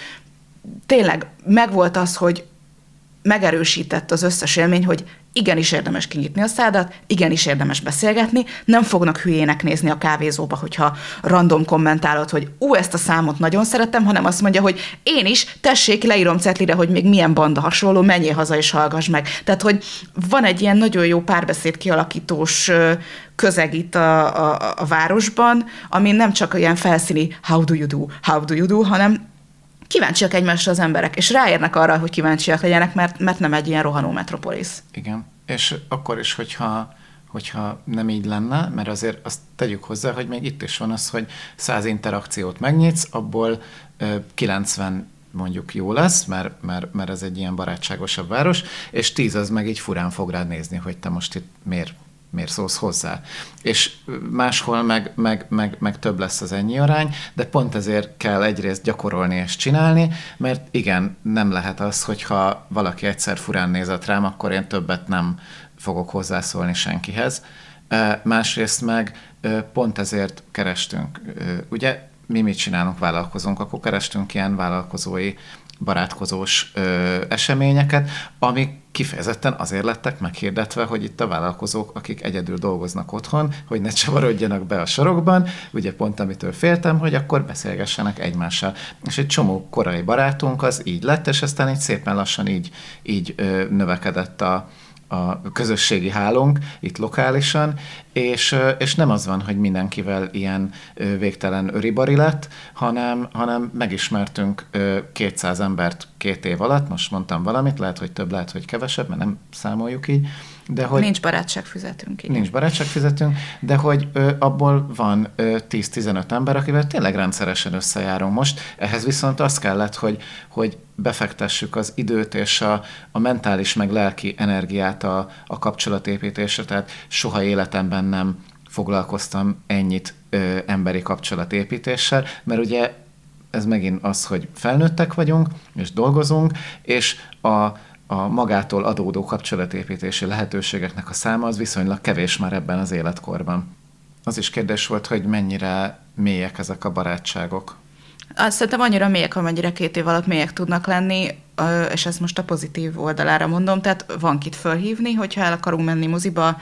tényleg megvolt az, hogy megerősített az összes élmény, hogy igenis érdemes kinyitni a szádat, igenis érdemes beszélgetni, nem fognak hülyének nézni a kávézóba, hogyha random kommentálod, hogy ú, ezt a számot nagyon szeretem, hanem azt mondja, hogy én is, tessék, leírom cetlire, hogy még milyen banda hasonló, menjél haza és hallgass meg. Tehát, hogy van egy ilyen nagyon jó párbeszéd kialakítós közeg itt a, a, a városban, ami nem csak ilyen felszíni how do you do, how do you do, hanem kíváncsiak egymásra az emberek, és ráérnek arra, hogy kíváncsiak legyenek, mert, mert nem egy ilyen rohanó metropolisz. Igen, és akkor is, hogyha, hogyha nem így lenne, mert azért azt tegyük hozzá, hogy még itt is van az, hogy száz interakciót megnyitsz, abból kilencven mondjuk jó lesz, mert, mert, mert ez egy ilyen barátságosabb város, és tíz az meg így furán fog rád nézni, hogy te most itt miért miért szólsz hozzá. És máshol meg, meg, meg, meg több lesz az ennyi arány, de pont ezért kell egyrészt gyakorolni és csinálni, mert igen, nem lehet az, hogyha valaki egyszer furán nézett rám, akkor én többet nem fogok hozzászólni senkihez. Másrészt meg pont ezért kerestünk. Ugye mi mit csinálunk, vállalkozunk, akkor kerestünk ilyen vállalkozói barátkozós ö, eseményeket, amik kifejezetten azért lettek meghirdetve, hogy itt a vállalkozók, akik egyedül dolgoznak otthon, hogy ne csavarodjanak be a sorokban, ugye pont amitől féltem, hogy akkor beszélgessenek egymással. És egy csomó korai barátunk az így lett, és aztán így szépen lassan így, így ö, növekedett a a közösségi hálónk itt lokálisan, és, és nem az van, hogy mindenkivel ilyen végtelen öribari lett, hanem, hanem megismertünk kétszáz embert két év alatt, most mondtam valamit, lehet, hogy több, lehet, hogy kevesebb, mert nem számoljuk így. De hogy nincs barátságfüzetünk. Igen. Nincs barátságfüzetünk, de hogy ö, abból van ö, tíz-tizenöt ember, akivel tényleg rendszeresen összejárunk most. Ehhez viszont az kellett, hogy, hogy befektessük az időt és a, a mentális meg lelki energiát a, a kapcsolatépítésre, tehát soha életemben nem foglalkoztam ennyit ö, emberi kapcsolatépítéssel, mert ugye ez megint az, hogy felnőttek vagyunk, és dolgozunk, és a a magától adódó kapcsolatépítési lehetőségeknek a száma az viszonylag kevés már ebben az életkorban. Az is kérdés volt, hogy mennyire mélyek ezek a barátságok. Azt szerintem annyira mélyek, amennyire két év alatt mélyek tudnak lenni, és ezt most a pozitív oldalára mondom, tehát van kit fölhívni, hogyha el akarunk menni moziba,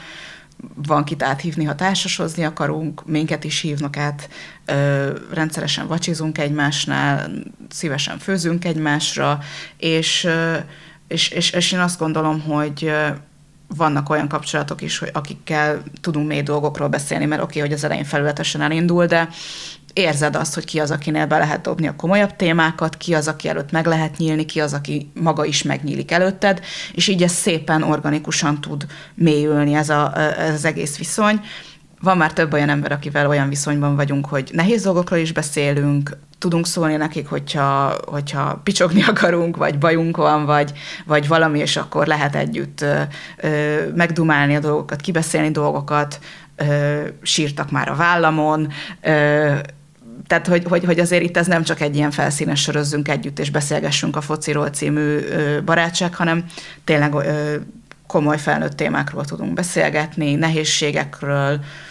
van kit áthívni, ha társasozni akarunk, minket is hívnak át, rendszeresen vacsizunk egymásnál, szívesen főzünk egymásra, és És, és, és én azt gondolom, hogy vannak olyan kapcsolatok is, hogy akikkel tudunk mély dolgokról beszélni, mert oké, okay, hogy az elején felületesen elindul, de érzed azt, hogy ki az, akinél be lehet dobni a komolyabb témákat, ki az, aki előtt meg lehet nyílni, ki az, aki maga is megnyílik előtted, és így ez szépen organikusan tud mélyülni ez, a, ez az egész viszony. Van már több olyan ember, akivel olyan viszonyban vagyunk, hogy nehéz dolgokról is beszélünk, tudunk szólni nekik, hogyha, hogyha picsogni akarunk, vagy bajunk van, vagy, vagy valami, és akkor lehet együtt ö, ö, megdumálni a dolgokat, kibeszélni dolgokat, ö, sírtak már a vállamon, ö, tehát, hogy, hogy, hogy azért itt ez nem csak egy ilyen felszínes sörözzünk együtt, és beszélgessünk a fociról című ö, barátság, hanem tényleg ö, komoly felnőtt témákról tudunk beszélgetni, nehézségekről,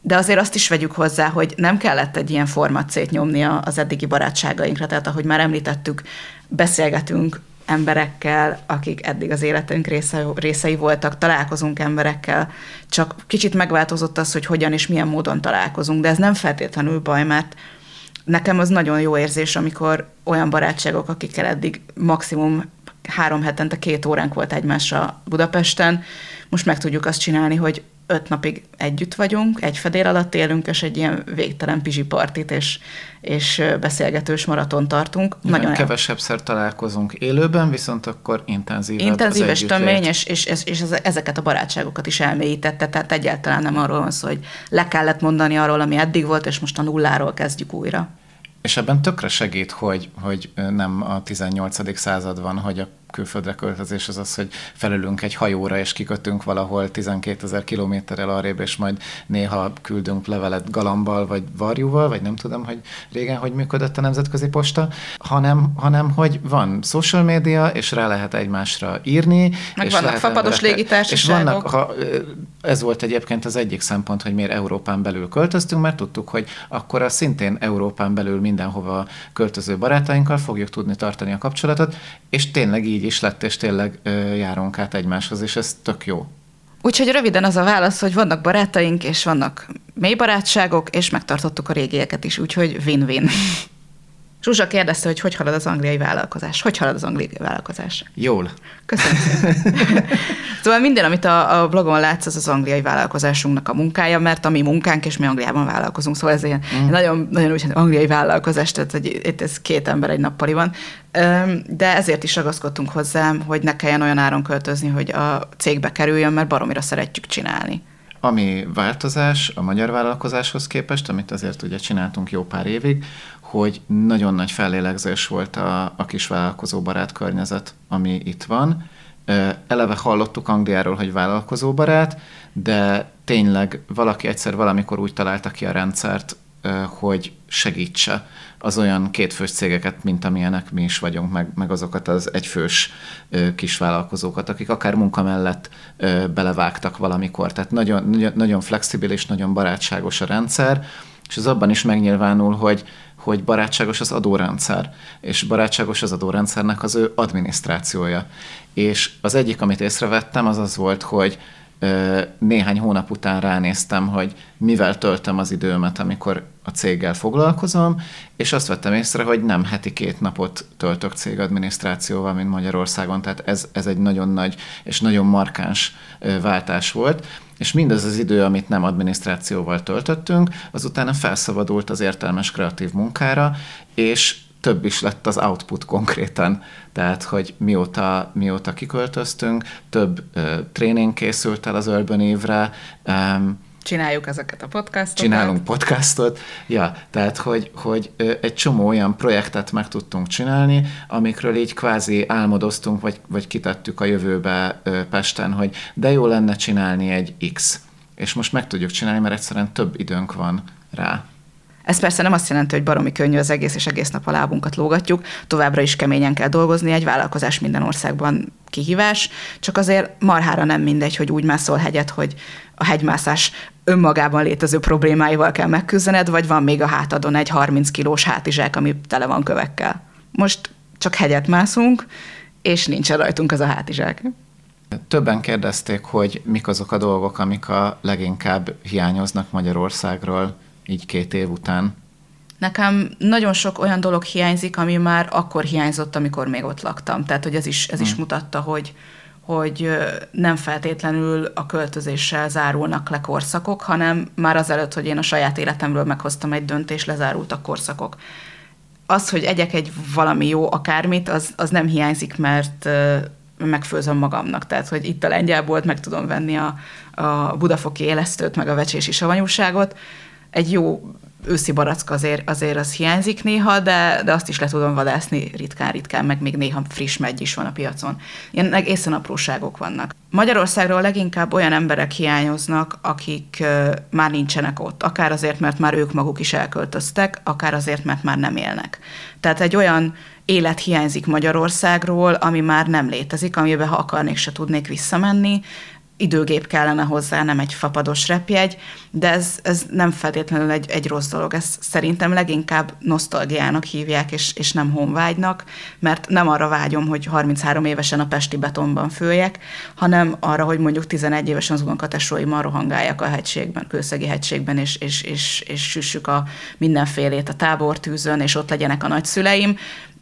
De azért azt is vegyük hozzá, hogy nem kellett egy ilyen formacét nyomnia az eddigi barátságainkra, tehát ahogy már említettük, beszélgetünk emberekkel, akik eddig az életünk része, részei voltak, találkozunk emberekkel, csak kicsit megváltozott az, hogy hogyan és milyen módon találkozunk, de ez nem feltétlenül baj, mert nekem az nagyon jó érzés, amikor olyan barátságok, akikkel eddig maximum három hetente két óránk volt egymásra Budapesten, most meg tudjuk azt csinálni, hogy öt napig együtt vagyunk, egy fedél alatt élünk, és egy ilyen végtelen pizsipartit és, és beszélgetős maraton tartunk. Ja, nagyon kevesebbszer találkozunk élőben, viszont akkor intenzívebb Intenzív és tömény, és, és, és, és ezeket a barátságokat is elmélyítette, tehát egyáltalán nem arról van szó, hogy le kellett mondani arról, ami eddig volt, és most a nulláról kezdjük újra. És ebben tökre segít, hogy, hogy nem a tizennyolcadik század van, hogy a külföldre költözés az az, hogy felülünk egy hajóra, és kikötünk valahol tizenkétezer kilométerrel arrébb, és majd néha küldünk levelet galambal, vagy varjúval, vagy nem tudom, hogy régen hogy működött a nemzetközi posta, hanem, hanem hogy van social media, és rá lehet egymásra írni. Meg és vannak fapados légitársaságok. És vannak, ha, ez volt egyébként az egyik szempont, hogy miért Európán belül költöztünk, mert tudtuk, hogy akkor a szintén Európán belül mindenhova költöző barátainkkal fogjuk tudni tartani a kapcsolatot, és tényleg így is lett, és tényleg ö, járunk át egymáshoz, és ez tök jó. Úgyhogy röviden az a válasz, hogy vannak barátaink, és vannak mély barátságok, és megtartottuk a régieket is, úgyhogy win-win. Zsuzsa kérdezte, hogy hogy halad az angliai vállalkozás. Hogy halad az angliai vállalkozás? Jól. Köszönöm szépen. Szóval minden, amit a, a blogon látsz, az az angliai vállalkozásunknak a munkája, mert a mi munkánk, és mi Angliában vállalkozunk. Szóval ez ilyen mm. nagyon, nagyon úgy, hogy angliai vállalkozás, tehát hogy itt ez két ember egy nappaliban. De ezért is ragaszkodtunk hozzám, hogy ne kelljen olyan áron költözni, hogy a cégbe kerüljön, mert baromira szeretjük csinálni. Ami változás a magyar vállalkozáshoz képest, amit azért ugye csináltunk jó pár évig, hogy nagyon nagy fellélegzés volt a, a kis vállalkozóbarát környezet, ami itt van. Eleve hallottuk Angliáról, hogy vállalkozóbarát, de tényleg valaki egyszer valamikor úgy találta ki a rendszert, hogy segítse az olyan kétfős cégeket, mint amilyenek mi is vagyunk, meg, meg azokat az egyfős kisvállalkozókat, akik akár munka mellett belevágtak valamikor. Tehát nagyon, nagyon, nagyon flexibilis, nagyon barátságos a rendszer, és ez abban is megnyilvánul, hogy hogy barátságos az adórendszer, és barátságos az adórendszernek az ő adminisztrációja. És az egyik, amit észrevettem, az az volt, hogy néhány hónap után ránéztem, hogy mivel töltöm az időmet, amikor a céggel foglalkozom, és azt vettem észre, hogy nem heti két napot töltök cégadminisztrációval, mint Magyarországon, tehát ez, ez egy nagyon nagy és nagyon markáns váltás volt, és mindaz az idő, amit nem adminisztrációval töltöttünk, azután felszabadult az értelmes kreatív munkára, és több is lett az output konkrétan. Tehát, hogy mióta, mióta kiköltöztünk, több uh, tréning készült el az Urban évre. Um, Csináljuk ezeket a podcastokat. Csinálunk podcastot. Ja, tehát, hogy, hogy uh, egy csomó olyan projektet meg tudtunk csinálni, amikről így kvázi álmodoztunk, vagy, vagy kitettük a jövőbe uh, Pesten, hogy de jó lenne csinálni egy X. És most meg tudjuk csinálni, mert egyszerűen több időnk van rá. Ez persze nem azt jelenti, hogy baromi könnyű az egész, és egész nap a lábunkat lógatjuk, továbbra is keményen kell dolgozni, egy vállalkozás minden országban kihívás, csak azért marhára nem mindegy, hogy úgy mászol hegyet, hogy a hegymászás önmagában létező problémáival kell megküzdened, vagy van még a hátadon egy harminc kilós hátizsák, ami tele van kövekkel. Most csak hegyet mászunk, és nincsen rajtunk az a hátizsák. Többen kérdezték, hogy mik azok a dolgok, amik a leginkább hiányoznak Magyarországról, így két év után. Nekem nagyon sok olyan dolog hiányzik, ami már akkor hiányzott, amikor még ott laktam. Tehát, hogy ez is, ez hmm. is mutatta, hogy, hogy nem feltétlenül a költözéssel zárulnak le korszakok, hanem már azelőtt, hogy én a saját életemről meghoztam egy döntést, lezárultak korszakok. Az, hogy egyek egy valami jó akármit, az, az nem hiányzik, mert megfőzöm magamnak. Tehát, hogy itt a lengyelbolt meg tudom venni a, a budafoki élesztőt, meg a vecsési savanyúságot. Egy jó őszi baracka azért, azért az hiányzik néha, de, de azt is le tudom vadászni ritkán-ritkán, meg még néha friss megy is van a piacon. Ilyen egészen apróságok vannak. Magyarországról leginkább olyan emberek hiányoznak, akik uh, már nincsenek ott. Akár azért, mert már ők maguk is elköltöztek, akár azért, mert már nem élnek. Tehát egy olyan élet hiányzik Magyarországról, ami már nem létezik, amiben ha akarnék, se tudnék visszamenni. időgép kellene hozzá, nem egy fapados repjegy, de ez, ez nem feltétlenül egy, egy rossz dolog. Ezt szerintem leginkább nosztalgiának hívják, és, és nem honvágynak, mert nem arra vágyom, hogy harminchárom évesen a pesti betonban följek, hanem arra, hogy mondjuk tizenegy évesen az unokatesóimmal rohangálják a hegységben, Kőszegi hegységben, és, és, és, és süssük a mindenfélét a tábortűzön, és ott legyenek a nagyszüleim.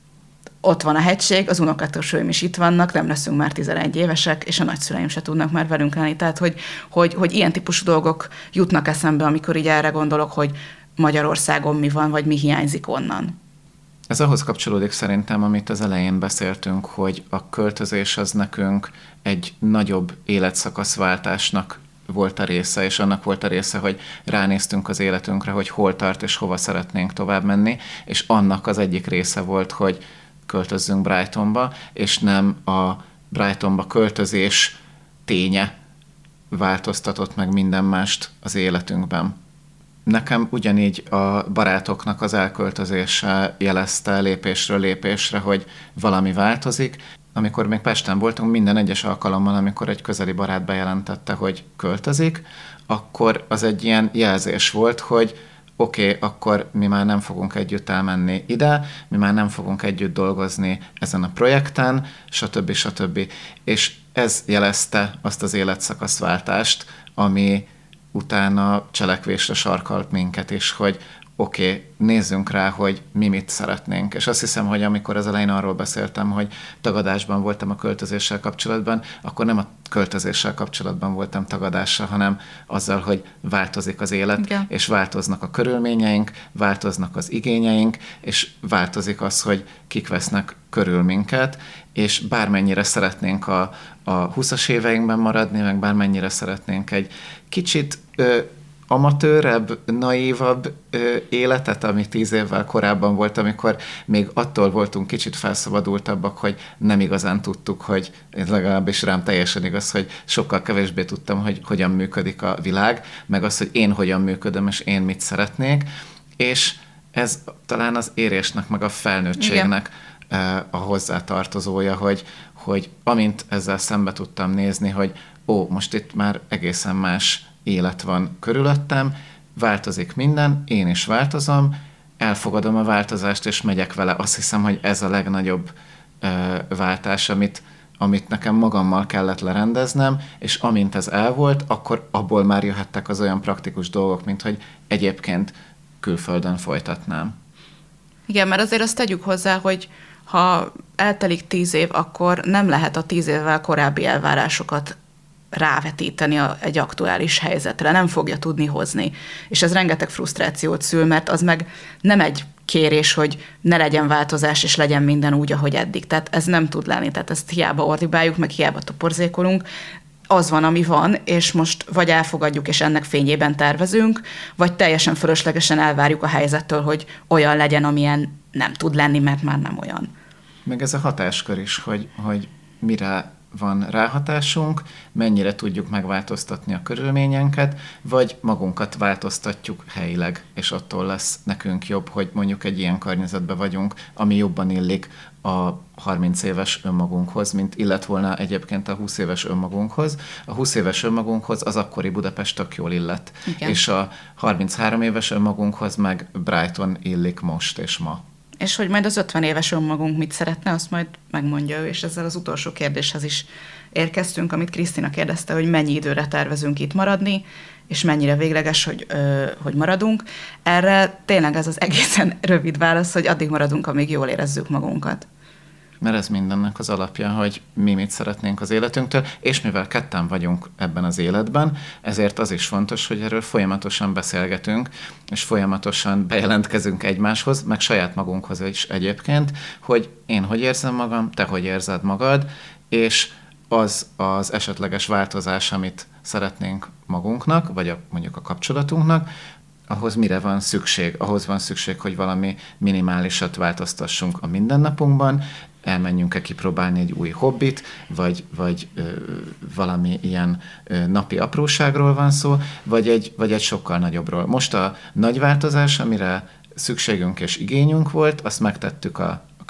Ott van a hegység, az unokatesóim is itt vannak, nem leszünk már tizenegy évesek, és a nagyszüleim se tudnak már velünk lenni. Tehát, hogy, hogy, hogy ilyen típusú dolgok jutnak eszembe, amikor így erre gondolok, hogy Magyarországon mi van, vagy mi hiányzik onnan. Ez ahhoz kapcsolódik szerintem, amit az elején beszéltünk, hogy a költözés az nekünk egy nagyobb életszakaszváltásnak volt a része, és annak volt a része, hogy ránéztünk az életünkre, hogy hol tart és hova szeretnénk tovább menni, és annak az egyik része volt, hogy költözzünk Brightonba, és nem a Brightonba költözés ténye változtatott meg minden mást az életünkben. Nekem ugyanígy a barátoknak az elköltözése jelezte lépésről lépésre, hogy valami változik. Amikor még Pesten voltunk, minden egyes alkalommal, amikor egy közeli barát bejelentette, hogy költözik, akkor az egy ilyen jelzés volt, hogy oké, okay, akkor mi már nem fogunk együtt elmenni ide, mi már nem fogunk együtt dolgozni ezen a projekten, stb. stb. És ez jelezte azt az életszakaszváltást, ami utána cselekvésre sarkalt minket is, hogy oké, okay, nézzünk rá, hogy mi mit szeretnénk. És azt hiszem, hogy amikor az elején arról beszéltem, hogy tagadásban voltam a költözéssel kapcsolatban, akkor nem a költözéssel kapcsolatban voltam tagadással, hanem azzal, hogy változik az élet, igen. És változnak a körülményeink, változnak az igényeink, és változik az, hogy kik vesznek körül minket, és bármennyire szeretnénk a, a húszas éveinkben maradni, meg bármennyire szeretnénk egy kicsit ö, amatőrebb, naívabb ö, életet, ami tíz évvel korábban volt, amikor még attól voltunk kicsit felszabadultabbak, hogy nem igazán tudtuk, hogy ez legalábbis rám teljesen igaz, hogy sokkal kevésbé tudtam, hogy hogyan működik a világ, meg az, hogy én hogyan működöm, és én mit szeretnék, és ez talán az érésnek, meg a felnőttségnek igen. a hozzátartozója, hogy, hogy amint ezzel szembe tudtam nézni, hogy ó, most itt már egészen más élet van körülöttem, változik minden, én is változom, elfogadom a változást, és megyek vele. Azt hiszem, hogy ez a legnagyobb ö, váltás, amit, amit nekem magammal kellett lerendeznem, és amint ez el volt, akkor abból már jöhettek az olyan praktikus dolgok, mint hogy egyébként külföldön folytatnám. Igen, mert azért azt tegyük hozzá, hogy ha eltelik tíz év, akkor nem lehet a tíz évvel korábbi elvárásokat rávetíteni a, egy aktuális helyzetre, nem fogja tudni hozni. És ez rengeteg frusztrációt szül, mert az meg nem egy kérés, hogy ne legyen változás, és legyen minden úgy, ahogy eddig. Tehát ez nem tud lenni, tehát ezt hiába ordibáljuk, meg hiába toporzékolunk. Az van, ami van, és most vagy elfogadjuk, és ennek fényében tervezünk, vagy teljesen fölöslegesen elvárjuk a helyzettől, hogy olyan legyen, amilyen nem tud lenni, mert már nem olyan. Meg ez a hatáskör is, hogy, hogy mire van ráhatásunk, mennyire tudjuk megváltoztatni a körülményenket, vagy magunkat változtatjuk helyileg, és attól lesz nekünk jobb, hogy mondjuk egy ilyen környezetben vagyunk, ami jobban illik a harminc éves önmagunkhoz, mint illet volna egyébként a húsz éves önmagunkhoz. A húsz éves önmagunkhoz az akkori Budapest tök jól illett, igen. És a harminchárom éves önmagunkhoz meg Brighton illik most és ma. És hogy majd az ötven éves önmagunk mit szeretne, azt majd megmondja ő, és ezzel az utolsó kérdéshez is érkeztünk, amit Krisztina kérdezte, hogy mennyi időre tervezünk itt maradni, és mennyire végleges, hogy, ö, hogy maradunk. Erre tényleg ez az egészen rövid válasz, hogy addig maradunk, amíg jól érezzük magunkat. Mert ez mindennek az alapja, hogy mi mit szeretnénk az életünktől, és mivel ketten vagyunk ebben az életben, ezért az is fontos, hogy erről folyamatosan beszélgetünk, és folyamatosan bejelentkezünk egymáshoz, meg saját magunkhoz is egyébként, hogy én hogy érzem magam, te hogy érzed magad, és az az esetleges változás, amit szeretnénk magunknak, vagy a, mondjuk a kapcsolatunknak, ahhoz mire van szükség? Ahhoz van szükség, hogy valami minimálisat változtassunk a mindennapunkban, elmenjünk-e kipróbálni egy új hobbit, vagy, vagy ö, valami ilyen ö, napi apróságról van szó, vagy egy, vagy egy sokkal nagyobbról. Most a nagy változás, amire szükségünk és igényünk volt, azt megtettük a, a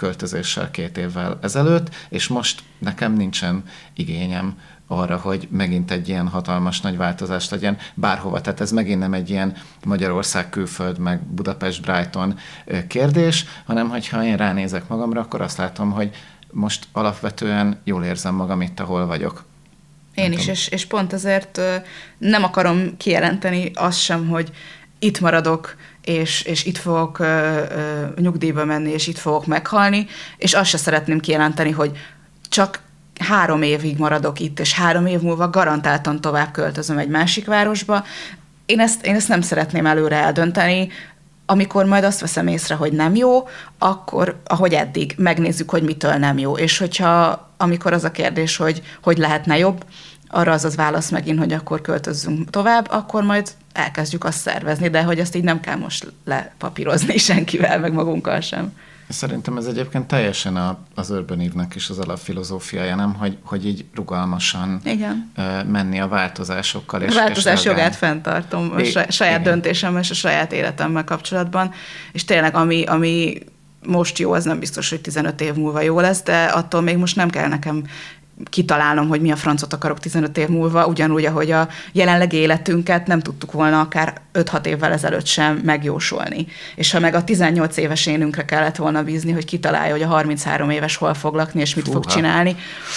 költözéssel két évvel ezelőtt, és most nekem nincsen igényem arra, hogy megint egy ilyen hatalmas nagy változás legyen bárhova. Tehát ez megint nem egy ilyen Magyarország, külföld, meg Budapest, Brighton kérdés, hanem hogyha én ránézek magamra, akkor azt látom, hogy most alapvetően jól érzem magam itt, ahol vagyok. Én is, és, és pont ezért nem akarom kijelenteni azt sem, hogy itt maradok, és, és itt fogok ö, ö, nyugdíjba menni, és itt fogok meghalni, és azt se szeretném kijelenteni, hogy csak három évig maradok itt, és három év múlva garantáltan tovább költözöm egy másik városba. Én ezt, én ezt nem szeretném előre eldönteni. Amikor majd azt veszem észre, hogy nem jó, akkor, ahogy eddig, megnézzük, hogy mitől nem jó. És hogyha amikor az a kérdés, hogy hogy lehetne jobb, arra az az válasz megint, hogy akkor költözzünk tovább, akkor majd elkezdjük azt szervezni, de hogy ezt így nem kell most lepapírozni senkivel, meg magunkkal sem. Szerintem ez egyébként teljesen a, az Urban Eve-nek is az alapfilozófiája, nem? Hogy, hogy így rugalmasan igen. menni a változásokkal. És, a változás és jogát fenntartom a saját igen. döntésemmel és a saját életemmel kapcsolatban, és tényleg ami, ami most jó, az nem biztos, hogy tizenöt év múlva jó lesz, de attól még most nem kell nekem kitalálnom, hogy mi a francot akarok tizenöt év múlva, ugyanúgy, ahogy a jelenlegi életünket nem tudtuk volna akár öt-hat évvel ezelőtt sem megjósolni. És ha meg a tizennyolc éves énünkre kellett volna bízni, hogy kitalálja, hogy a harminchárom éves hol fog lakni, és mit Fúha. fog csinálni.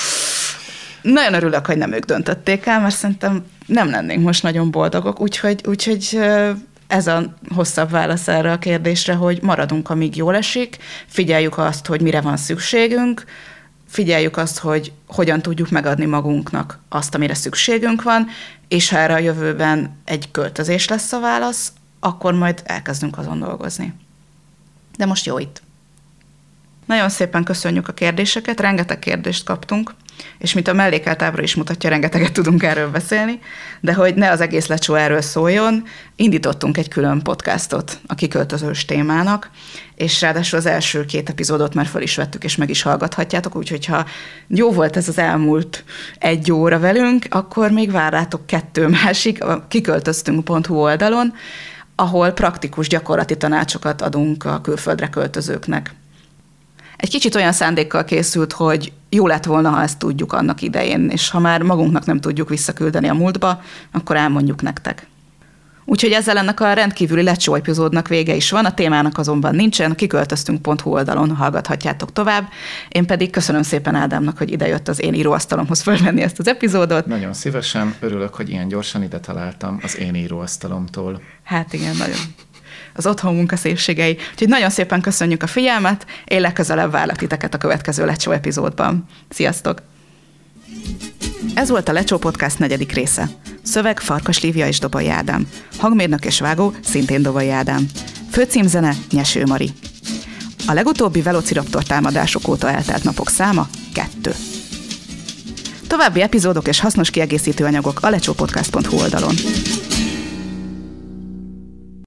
Nagyon örülök, hogy nem ők döntötték el, mert szerintem nem lennénk most nagyon boldogok, úgyhogy, úgyhogy ez a hosszabb válasz erre a kérdésre, hogy maradunk, amíg jól esik, figyeljük azt, hogy mire van szükségünk, figyeljük azt, hogy hogyan tudjuk megadni magunknak azt, amire szükségünk van, és ha erre a jövőben egy költözés lesz a válasz, akkor majd elkezdünk azon dolgozni. De most jó itt. Nagyon szépen köszönjük a kérdéseket, rengeteg kérdést kaptunk, és mint a mellékelt ábra is mutatja, rengeteget tudunk erről beszélni, de hogy ne az egész lecsó erről szóljon, indítottunk egy külön podcastot a kiköltözős témának, és ráadásul az első két epizódot már fel is vettük, és meg is hallgathatjátok, úgyhogy ha jó volt ez az elmúlt egy óra velünk, akkor még várjátok kettő másik, a kiköltöztünk pont hu oldalon, ahol praktikus gyakorlati tanácsokat adunk a külföldre költözőknek. Egy kicsit olyan szándékkal készült, hogy jó lett volna, ha ezt tudjuk annak idején, és ha már magunknak nem tudjuk visszaküldeni a múltba, akkor elmondjuk nektek. Úgyhogy ezzel ennek a rendkívüli lecsó epizódnak vége is van, a témának azonban nincsen, kiköltöztünk pont hu oldalon hallgathatjátok tovább. Én pedig köszönöm szépen Ádámnak, hogy idejött az én íróasztalomhoz fölvenni ezt az epizódot. Nagyon szívesen, örülök, hogy ilyen gyorsan ide találtam az én íróasztalomtól. Hát igen, nagyon. Az otthon munka szépségei. Úgyhogy nagyon szépen köszönjük a figyelmet, én legközelebb várlak titeket a következő Lecsó epizódban. Sziasztok! Ez volt a Lecsó Podcast negyedik része. Szöveg Farkas Lívia és Dobai Ádám. Hangmérnök és vágó szintén Dobai Ádám. Főcímzene Nyeső Mari. A legutóbbi Velociraptor támadások óta eltelt napok száma kettő. További epizódok és hasznos kiegészítő anyagok a lecsópodcast pont hu oldalon.